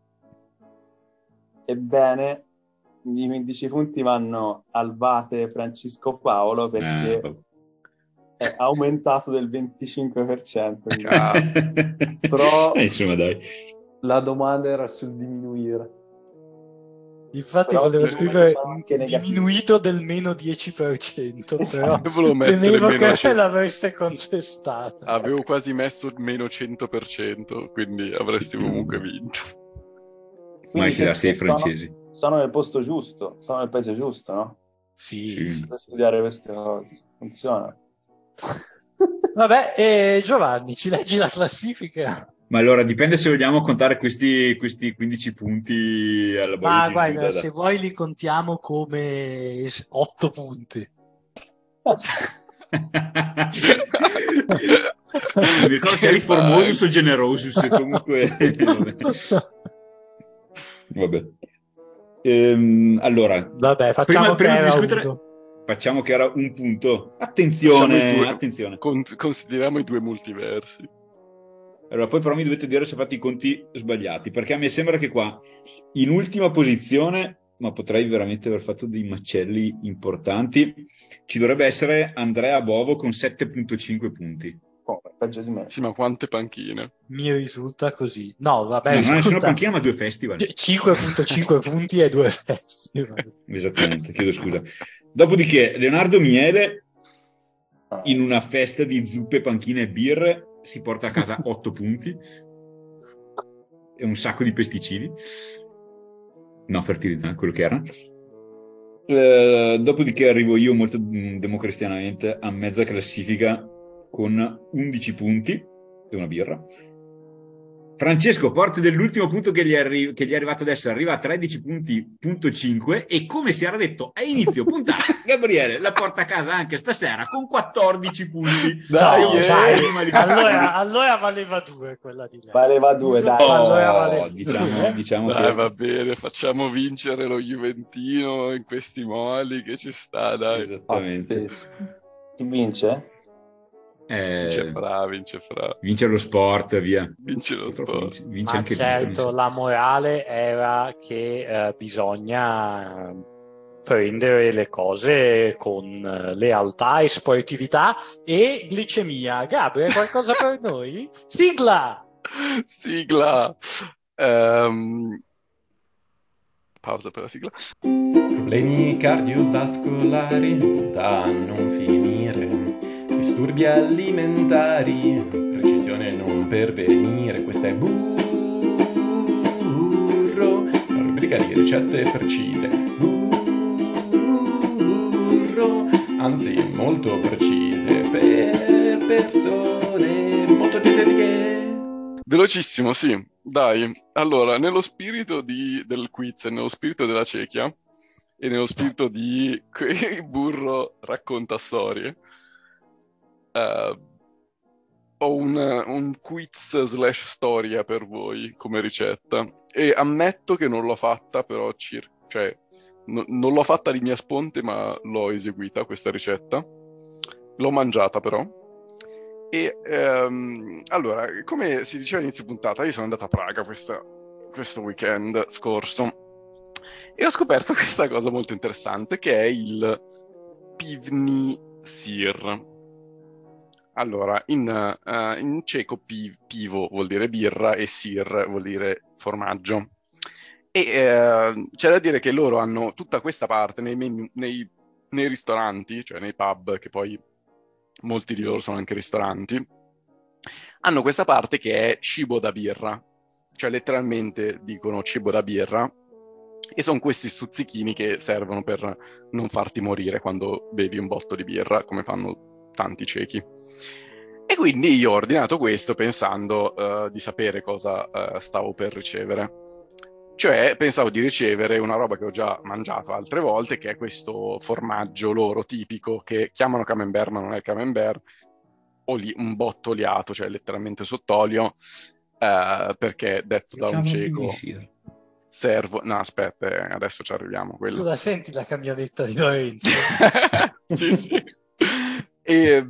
Ebbene, i quindici punti vanno al Vate Francisco Paolo perché Eh, vabbè. è aumentato del venticinque per cento. quindi- Cazzo. Però- Eh, insomma, dai. La domanda era sul diminuire. Infatti Però volevo i numeri scrivere sono anche negativi. diminuito del meno dieci per cento, però Esatto. Io volevo mettere temevo meno che cento. l'avreste contestata. Avevo quasi messo il meno cento per cento, quindi avresti comunque vinto. Mai Quindi fidarsi dei sono- francesi. Sono nel posto giusto, sono nel paese giusto, no? Sì, Sì. Per studiare queste cose. Funziona. Vabbè, e Giovanni, ci leggi la classifica? Ma allora dipende se vogliamo contare questi, questi quindici punti alla Ma boia di guarda, Giuda. se vuoi li contiamo come otto punti. Non mi ricordo se eri Formosus o Generosus, comunque vabbè. Vabbè. Ehm, allora, Vabbè, facciamo prima, che prima di era discutere uno. facciamo che era un punto. Facciamo Attenzione, i due- attenzione. Con- consideriamo i due multiversi. Allora, poi però mi dovete dire se ho fatto i conti sbagliati, perché a me sembra che qua, in ultima posizione, ma potrei veramente aver fatto dei macelli importanti, ci dovrebbe essere Andrea Bovo con sette virgola cinque punti. Oh, peggio di me. Sì, ma quante panchine? Mi risulta così. No, vabbè, No, non è nessuna risulta panchina, ma due festival. cinque virgola cinque punti e due festival. Esattamente, chiedo scusa. Dopodiché, Leonardo Miele, in una festa di zuppe, panchine e birre, si porta a casa otto punti e un sacco di pesticidi. No, fertilizzanti, quello che era. Eh, dopodiché arrivo io molto mh, democristianamente a mezza classifica con undici punti e una birra. Francesco, forte dell'ultimo punto che gli, è arri- che gli è arrivato adesso, arriva a tredici punti, punto cinque, e come si era detto a inizio puntata, Gabriele la porta a casa anche stasera con quattordici punti. Dai, No, eh. dai, Maledizione. allora, allora valeva due quella di lei. Valeva due, dai. Oh, Allora valeva diciamo, due. diciamo Dai, che va bene, facciamo vincere lo Juventino in questi moli che ci sta, dai. esattamente. Pazzesco. Chi vince? Vince Eh, Fra, vince Fra. vince lo sport, via. Vince lo Purtroppo sport. vince, vince Ma anche certo, vince. la morale era che eh, bisogna prendere le cose con eh, lealtà e sportività e glicemia. Gabriele, qualcosa per noi? Sigla! Sigla. Ehm, Pausa per la sigla. Problemi cardiovascolari da non finire, disturbi alimentari, precisione non pervenire. Questa è Burro, la rubrica di ricette precise. Burro, anzi molto precise, per persone molto dietetiche. Velocissimo, sì. Dai. Allora, nello spirito di- del quiz e nello spirito della cecchia e nello spirito di quel burro racconta storie, eh, ho un, un quiz slash storia per voi come ricetta e ammetto che non l'ho fatta però cir- cioè no- non l'ho fatta di mia sponte ma l'ho eseguita questa ricetta, l'ho mangiata però e ehm, allora come si diceva all'inizio puntata io sono andato a Praga questa- questo weekend scorso e ho scoperto questa cosa molto interessante che è il pivni sir. Allora, in, eh, in ceco pi- pivo vuol dire birra e sir vuol dire formaggio. E eh, c'è da dire che loro hanno tutta questa parte nei, menu- nei- nei ristoranti, cioè nei pub, che poi molti di loro sono anche ristoranti, hanno questa parte che è cibo da birra, cioè letteralmente dicono cibo da birra, e sono questi stuzzichini che servono per non farti morire quando bevi un botto di birra, come fanno tanti ciechi. E quindi io ho ordinato questo pensando uh, di sapere cosa uh, stavo per ricevere. Cioè, pensavo di ricevere una roba che ho già mangiato altre volte, che è questo formaggio loro tipico, che chiamano camembert, ma non è camembert, oli- un botto oliato, cioè letteralmente sott'olio, uh, perché detto da un cieco... Servo... No, aspetta, eh, adesso ci arriviamo. Quello. Tu la senti la camionetta di Lorenzo? Sì, sì. E,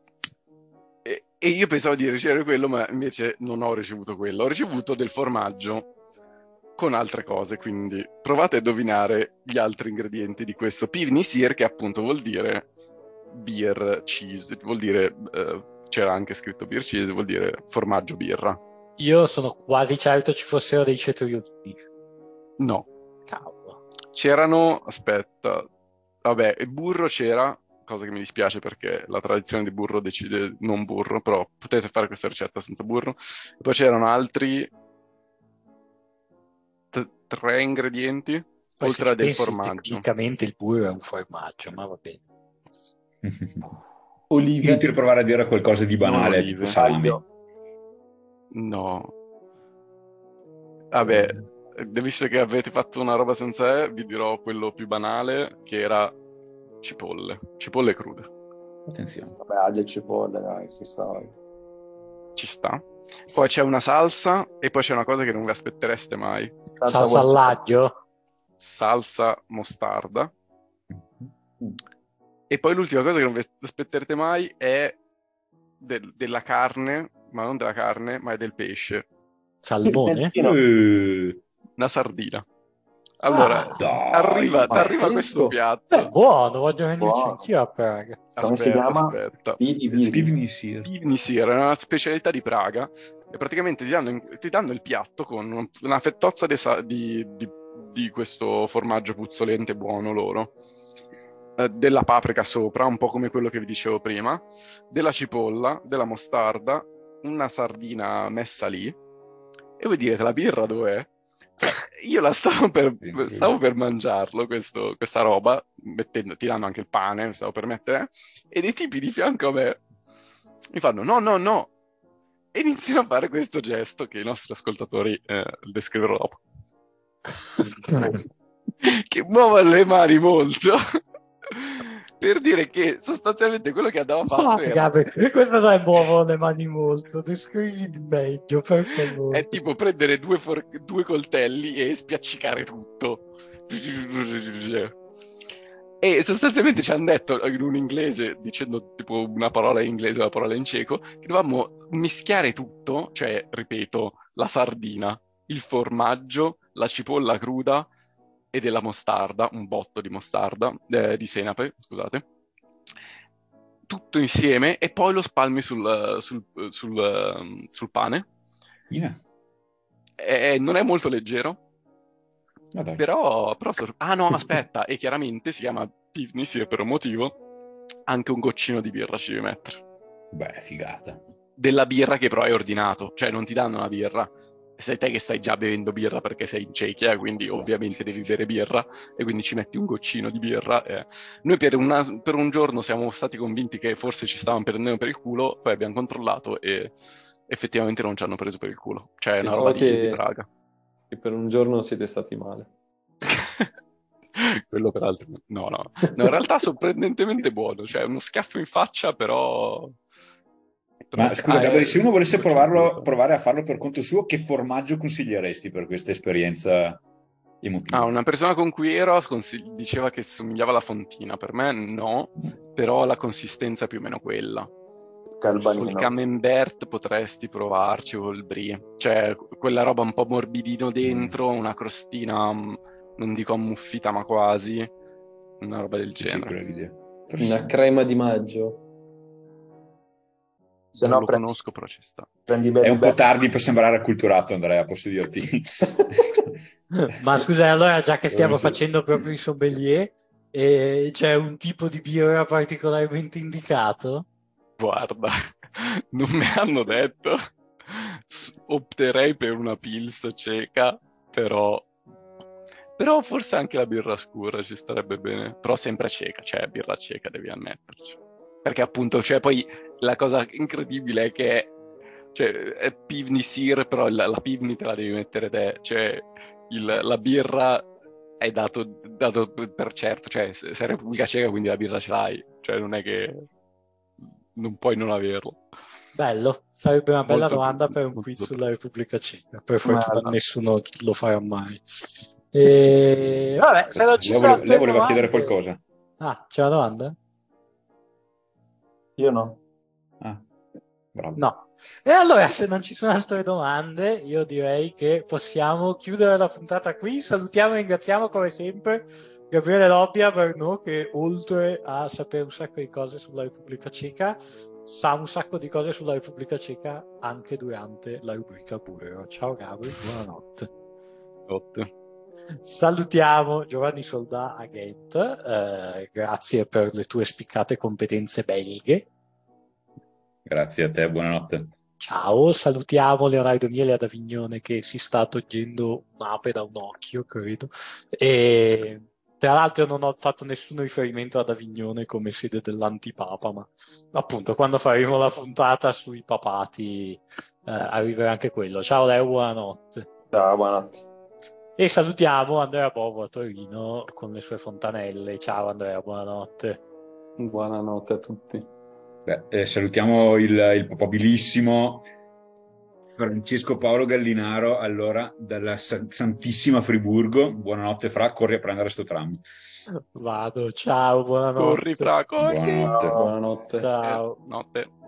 e, e io pensavo di ricevere quello, ma invece non ho ricevuto quello. Ho ricevuto del formaggio con altre cose, quindi provate a indovinare gli altri ingredienti di questo pivni sir, che appunto vuol dire beer cheese, vuol dire... Eh, c'era anche scritto beer cheese, vuol dire formaggio birra. Io sono quasi certo ci fossero dei cetriolini. No. Cavolo. C'erano, aspetta, vabbè, il burro c'era, cosa che mi dispiace perché la tradizione di burro decide non burro, però potete fare questa ricetta senza burro. E poi c'erano altri t- tre ingredienti, Poi oltre a del pensi, formaggio. tecnicamente il burro è un formaggio, ma va bene. Olive. Inutile provare a dire qualcosa di banale, olive. tipo salami. Aglio. No. Vabbè, visto che avete fatto una roba senza E, vi dirò quello più banale, che era cipolle. Cipolle crude. Attenzione. Vabbè, aglio e cipolle, dai, si sa. Ci sta. Poi c'è una salsa e poi c'è una cosa che non vi aspettereste mai. Salsa all'aglio? Salsa mostarda. E poi l'ultima cosa che non vi aspetterete mai è del- della carne, ma non della carne, ma è del pesce. Salmone? Eh, Una sardina. Allora, Ah, dai. arriva, Ah, arriva fresco. questo piatto. È buono, voglio venirci Buono. anch'io a Praga. Come Aspetta, si chiama? aspetta. Pidi, pidi. Pivni sir. Pivni sir, è una specialità di Praga e praticamente ti danno, ti danno il piatto con un- una fettozza di, sa- di- di- di questo formaggio puzzolente buono loro, eh, della paprika sopra, un po' come quello che vi dicevo prima, della cipolla, della mostarda, una sardina messa lì e voi direte la birra dov'è? Io la stavo per, stavo per mangiarlo, questo, questa roba, mettendo, tirando anche il pane, stavo per mettere, e dei tipi di fianco a me mi fanno no, no, no, e iniziano a fare questo gesto che i nostri ascoltatori eh, descriverò dopo. Che muovono le mani molto per dire che sostanzialmente quello che andava fatto Ah, era... Gabriele, questo non è muovo le mani molto, descrivi meglio, per favore. È tipo prendere due, for- due coltelli e spiaccicare tutto. E sostanzialmente ci hanno detto in un inglese, dicendo tipo una parola in inglese e una parola in ceco, che dovevamo mischiare tutto, cioè, ripeto, la sardina, il formaggio, la cipolla cruda e della mostarda, un botto di mostarda, eh, di senape, scusate, tutto insieme e poi lo spalmi sul, sul, sul, sul pane. Yeah. E non è molto leggero, Ah, dai. però, però sor- ah no, aspetta, e chiaramente si chiama pivni sir per un motivo, anche un goccino di birra ci devi mettere. Beh, figata. Della birra che però hai ordinato, cioè non ti danno una birra, sei te che stai già bevendo birra perché sei in Cechia, quindi Sì. ovviamente devi bere birra e quindi ci metti un goccino di birra. E... Noi per, una, per un giorno siamo stati convinti che forse ci stavano prendendo per il culo, poi abbiamo controllato e effettivamente non ci hanno preso per il culo. Cioè è una Pensavo roba di, che- di Praga. E per un giorno siete stati male. Quello peraltro no, no, no, in realtà sorprendentemente buono, cioè uno schiaffo in faccia, però, però Ma cioè, scusa, ah, Gabriele, è- se uno volesse è provarlo, brutto. provare a farlo per conto suo, che formaggio consiglieresti per questa esperienza emotiva? Ah, una persona con cui ero consigli- diceva che somigliava alla fontina, per me no, però la consistenza è più o meno quella. Sul Galbanino. camembert potresti provarci o il brie, cioè quella roba un po' morbidino dentro, una crostina, mm, non dico ammuffita ma quasi, una roba del Sì, sì, genere. quella è l'idea. Una crema di maggio. Se Non no lo prendi, conosco, però ci sta. prendi È Baby un po' Back. tardi per sembrare acculturato, Andrea, posso dirti. Ma scusa, allora già che stiamo Eh, sì. facendo proprio i sommelier, eh, c'è un tipo di birra particolarmente indicato? Guarda, non me l'hanno detto. S- Opterei per una Pils ceca, però... Però forse anche la birra scura ci starebbe bene. Però sempre ceca, cioè birra ceca devi ammetterci. Perché appunto, cioè poi la cosa incredibile è che cioè, è Pivni Sir, però la, la Pivni te la devi mettere te. Cioè, il- la birra è dato, dato per certo. Cioè, se sei Repubblica Ceca, quindi la birra ce l'hai. Cioè, non è che non puoi non averlo. Bello, sarebbe una bella Molto- domanda per un molto quiz sorpreso. sulla Repubblica Ceca. Per fortuna Bello. nessuno lo farà mai. E... Vabbè, se non ci lei, sono vole- altre lei voleva domande... chiedere qualcosa? Ah, c'è una domanda? Io no. Ah, bravo. No. E allora, se non ci sono altre domande, io direi che possiamo chiudere la puntata qui. Salutiamo e ringraziamo come sempre Gabriele Lobbia Brno, che oltre a sapere un sacco di cose sulla Repubblica Ceca, sa un sacco di cose sulla Repubblica Ceca anche durante la rubrica Burro. Ciao Gabri, buonanotte. Notte. Salutiamo Giovanni Soldà a Ghent, eh, grazie per le tue spiccate competenze belghe. Grazie a te, buonanotte. Ciao, salutiamo Leonardo Miele ad Avignone che si sta togliendo un'ape da un occhio, credo. E tra l'altro non ho fatto nessun riferimento ad Avignone come sede dell'antipapa, ma appunto quando faremo la puntata sui papati eh, arriverà anche quello. Ciao Leo, buonanotte. Ciao, buonanotte. E salutiamo Andrea Bovo a Torino con le sue fontanelle. Ciao Andrea, buonanotte. Buonanotte a tutti. Beh, eh, salutiamo il, il papabilissimo Francesco Paolo Gallinaro, allora, dalla Sa- Santissima Friburgo. Buonanotte, Fra, corri a prendere sto tram. Vado, ciao, buonanotte. Corri, Fra, corri! Buonanotte. Ciao. Buonanotte. Ciao. Eh, notte.